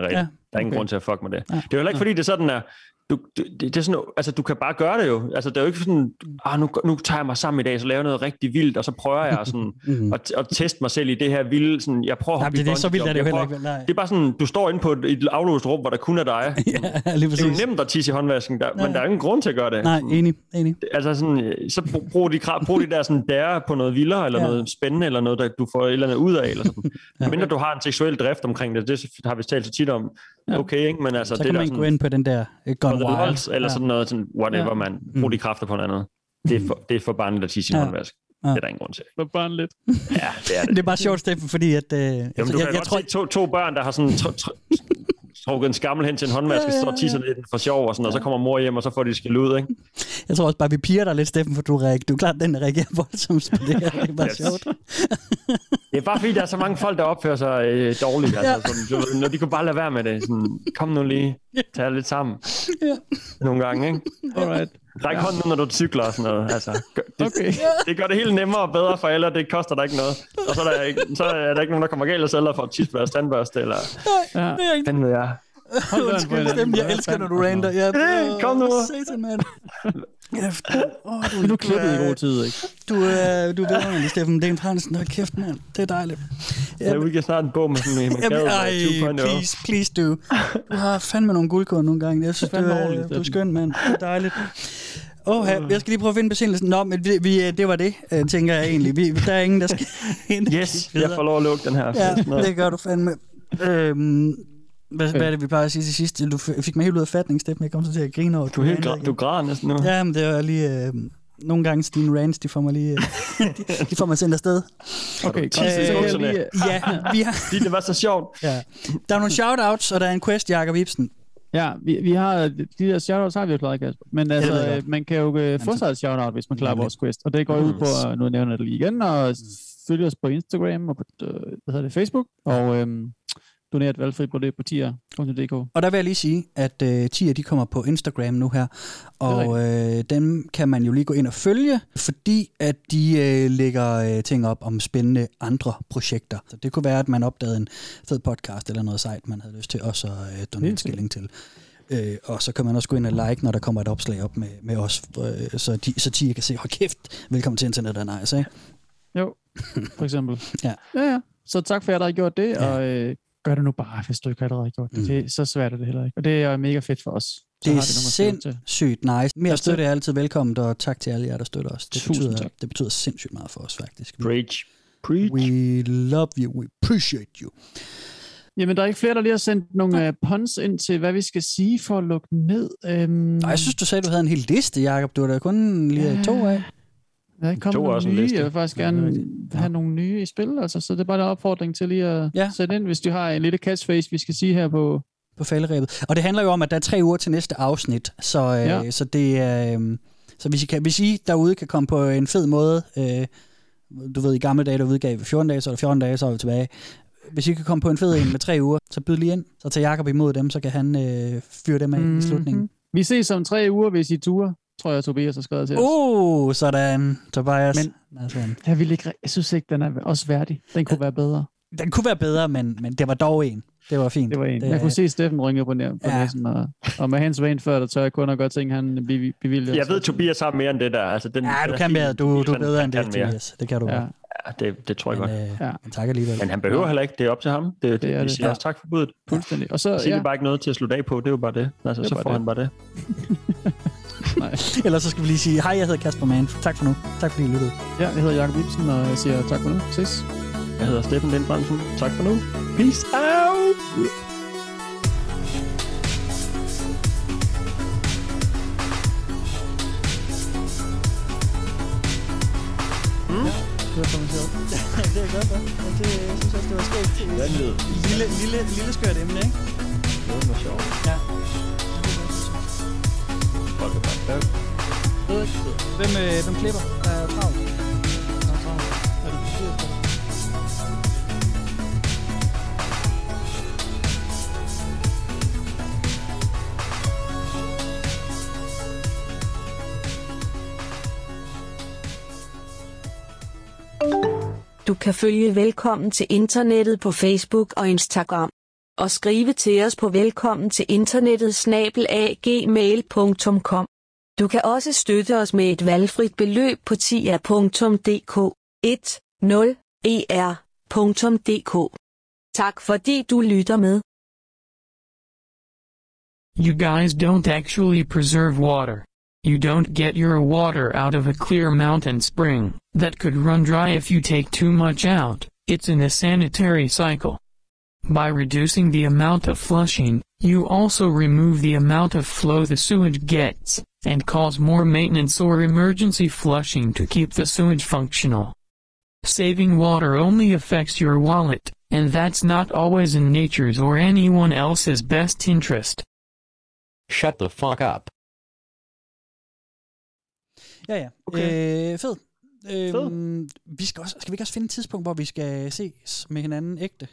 Speaker 5: Der er ingen grund til at fuck med det. Det er jo heller ikke, fordi det sådan er... Det er sådan, altså, du kan bare gøre det jo. Altså, det er jo ikke sådan, nu tager jeg mig sammen i dag, så laver jeg noget rigtig vildt, og så prøver jeg sådan at teste mig selv i det her vilde. Sådan, jeg prøver at hoppe
Speaker 3: det er så vildt, er det jo heller ikke.
Speaker 5: Det er bare sådan, du står inde på et aflåst rum, hvor der kun er dig.
Speaker 3: Ja, lige præcis.
Speaker 5: Det er jo nemt at tisse i håndvasken, men der er ingen grund til at gøre det.
Speaker 3: Nej, enig.
Speaker 5: Altså sådan, så brug de der sådan der på noget vildere, eller noget spændende, eller noget, der du får et eller andet ud af, eller sådan. Mindre du har en seksuel drift omkring det har vi talt så tit om. Okay, ikke? Men altså,
Speaker 3: så
Speaker 5: det
Speaker 3: kan man
Speaker 5: der,
Speaker 3: gå ind på den der Gone Wild.
Speaker 5: Eller sådan noget, sådan, whatever, man. Brug de kræfter på noget andet. Det er for barnligt at tisse i håndvask. Det er der ingen grund til.
Speaker 4: For barnligt.
Speaker 5: Ja, det er det.
Speaker 3: Det er bare sjovt, Steffen, fordi at...
Speaker 5: Jamen, du kan godt se to børn, der har sådan trukket en skammel hen til en håndvask, og så tisser lidt for sjov og sådan, og så kommer mor hjem, og så får de skæld ud, ikke?
Speaker 3: Jeg tror også bare, vi piger dig lidt, Steffen, for du er klart den, der reagerer voldsomt på det her. Det er bare sjovt.
Speaker 5: Det er bare fordi, der er så mange folk, der opfører sig dårligt. Altså, sådan, når de kunne bare lade være med det. Sådan, kom nu lige, tag lidt sammen. Nogle gange, ikke?
Speaker 4: Alright.
Speaker 5: Ræk hånden ud, når du cykler og sådan noget. Altså, det gør det helt nemmere og bedre for alle, og det koster dig ikke noget. Og så er der ikke nogen, der kommer galt og sælger for et tisse på deres tandbørste, eller...
Speaker 3: Nej, det er ikke...
Speaker 5: Den ved jeg.
Speaker 3: Undskyld, Steffen, jeg elsker, når du rander.
Speaker 5: Kom nu.
Speaker 3: Satan, mand.
Speaker 4: Du klippede i god tid, ikke?
Speaker 3: Du er vidunderlig, Steffen. Det er en Fransen. Hold kæft, mand. Det er dejligt.
Speaker 5: Jeg vil snart en bog med sådan en gade 2.0.
Speaker 3: Please do. Du har fandme nogle guldkorn nogle gange. Jeg synes, du er skøn, mand. Det er dejligt. Jeg skal lige prøve at finde besindelsen. Nå, men det var det, tænker jeg egentlig. Der er ingen, der skal ind.
Speaker 5: Yes, jeg får lov at lukke den her.
Speaker 3: Ja, det gør du fandme. Hvad er det, vi plejer at sige til sidst? Du fik mig helt ud af fatning, Steffen. Jeg kom så til at grine over.
Speaker 5: Du græder næsten nu.
Speaker 3: Ja, men det var lige... nogle gange dine rants, de får mig lige... de får mig sendt afsted.
Speaker 5: Okay,
Speaker 3: vi har...
Speaker 5: Det var så sjovt.
Speaker 3: Ja. Der er nogle shoutouts, og der er en quest, Jakob Ibsen.
Speaker 4: Ja, vi har... De der shoutouts har vi jo klaret, Kasper. Men altså, man kan jo få sig et shoutout, hvis man klarer vores quest. Og det går ud på, nu nævner jeg det lige igen, og følge os på Instagram og på Facebook. Og... donere et valgfrit på det på tier.dk.
Speaker 3: Og der vil jeg lige sige, at tier, de kommer på Instagram nu her, og dem kan man jo lige gå ind og følge, fordi at de lægger ting op om spændende andre projekter. Så det kunne være, at man opdagede en fed podcast eller noget sejt, man havde lyst til også at donere en skilling til. Og så kan man også gå ind og like, når der kommer et opslag op med os, så tier kan se, hold kæft, velkommen til internet, er nice, ikke?
Speaker 4: Jo, for eksempel.
Speaker 3: Ja.
Speaker 4: Så tak for jer, der har gjort det, og... gør det nu bare, hvis du ikke allerede har gjort det. Så svært er det heller ikke. Og det er mega fedt for os.
Speaker 3: Det er sindssygt nice. Mere støtte er altid velkommen, og tak til alle jer, der støtter os. Det betyder sindssygt meget for os, faktisk.
Speaker 5: Preach.
Speaker 3: We love you. We appreciate you.
Speaker 4: Jamen, der er ikke flere, der lige har sendt nogle puns ind til, hvad vi skal sige for at lukke ned.
Speaker 3: Jeg synes, du sagde, du havde en hel liste, Jakob. Du var da kun lige 2 af.
Speaker 4: Der er kommet nogle nye. Jeg vil faktisk gerne have nogle nye i spil, altså, så det er bare en opfordring til lige at sætte ind, hvis du har en lille catchphrase, vi skal sige her på
Speaker 3: falderæbet. Og det handler jo om, at der er 3 uger til næste afsnit, så det er... Så hvis I derude kan komme på en fed måde, du ved, i gamle dage, der udgav 14 dage, så er det 14 dage, så er vi tilbage. Hvis I kan komme på en fed en med 3 uger, så byd lige ind, så tager Jakob imod dem, så kan han fyre dem af i slutningen.
Speaker 4: Vi ses om 3 uger, hvis I turer. Tror jeg, Tobias har skrevet til os.
Speaker 3: Sådan, Tobias.
Speaker 4: Men jeg synes ikke, den er også værdig. Den kunne være bedre.
Speaker 3: Den kunne være bedre, men det var dog en. Det var fint.
Speaker 4: Det var en. Jeg kunne se Steffen rynke på næsen, og med hans vane før, der tør jeg kun at gøre ting, han bevilger.
Speaker 5: Jeg ved, Tobias har mere end det der. Altså,
Speaker 3: du kan mere. Du er bedre end det, Tobias. Det kan du godt.
Speaker 5: Ja, det tror jeg godt.
Speaker 3: Men tak alligevel.
Speaker 5: Men han behøver heller ikke. Det er op til ham. Vi siger også tak for budet.
Speaker 4: Fuldstændig. Og så
Speaker 5: siger vi bare ikke noget til at slutte af på. Det er jo bare det. Altså, så får han bare det.
Speaker 3: Nej. Ellers så skal vi lige sige, hej, jeg hedder Kasper Mann. Tak for nu. Tak fordi I lyttede.
Speaker 4: Ja, jeg hedder Jakob Ibsen, og jeg siger tak for nu. Ses.
Speaker 5: Jeg hedder Steffen Lindbrandsen. Tak for nu. Peace out!
Speaker 3: Det var fandme sjovt. Det er godt, hva'? Jeg synes også, det var skægt. Lille skørt emne, ikke?
Speaker 5: Det var sjovt.
Speaker 3: Ja. Hvem klipper? Der er travlt. Er du på styr?
Speaker 2: Du kan følge Velkommen til Internettet på Facebook og Instagram. og skrive til os på velkommen til internettet@gmail.com. Du kan også støtte os med et valgfrit beløb på tia.dk 10er.dk. Tak fordi du lytter med.
Speaker 16: You guys don't actually preserve water. You don't get your water out of a clear mountain spring that could run dry if you take too much out. It's in a sanitary cycle. By reducing the amount of flushing, you also remove the amount of flow the sewage gets, and cause more maintenance or emergency flushing to keep the sewage functional. Saving water only affects your wallet, and that's not always in nature's or anyone else's best interest.
Speaker 6: Shut the fuck up.
Speaker 3: Ja. Okay. Fed. Skal vi ikke også finde et tidspunkt, hvor vi skal ses med hinanden ægte?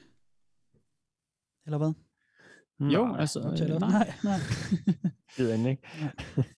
Speaker 3: Eller hvad?
Speaker 4: Jo, altså...
Speaker 3: Nej.
Speaker 5: Det ved jeg ikke.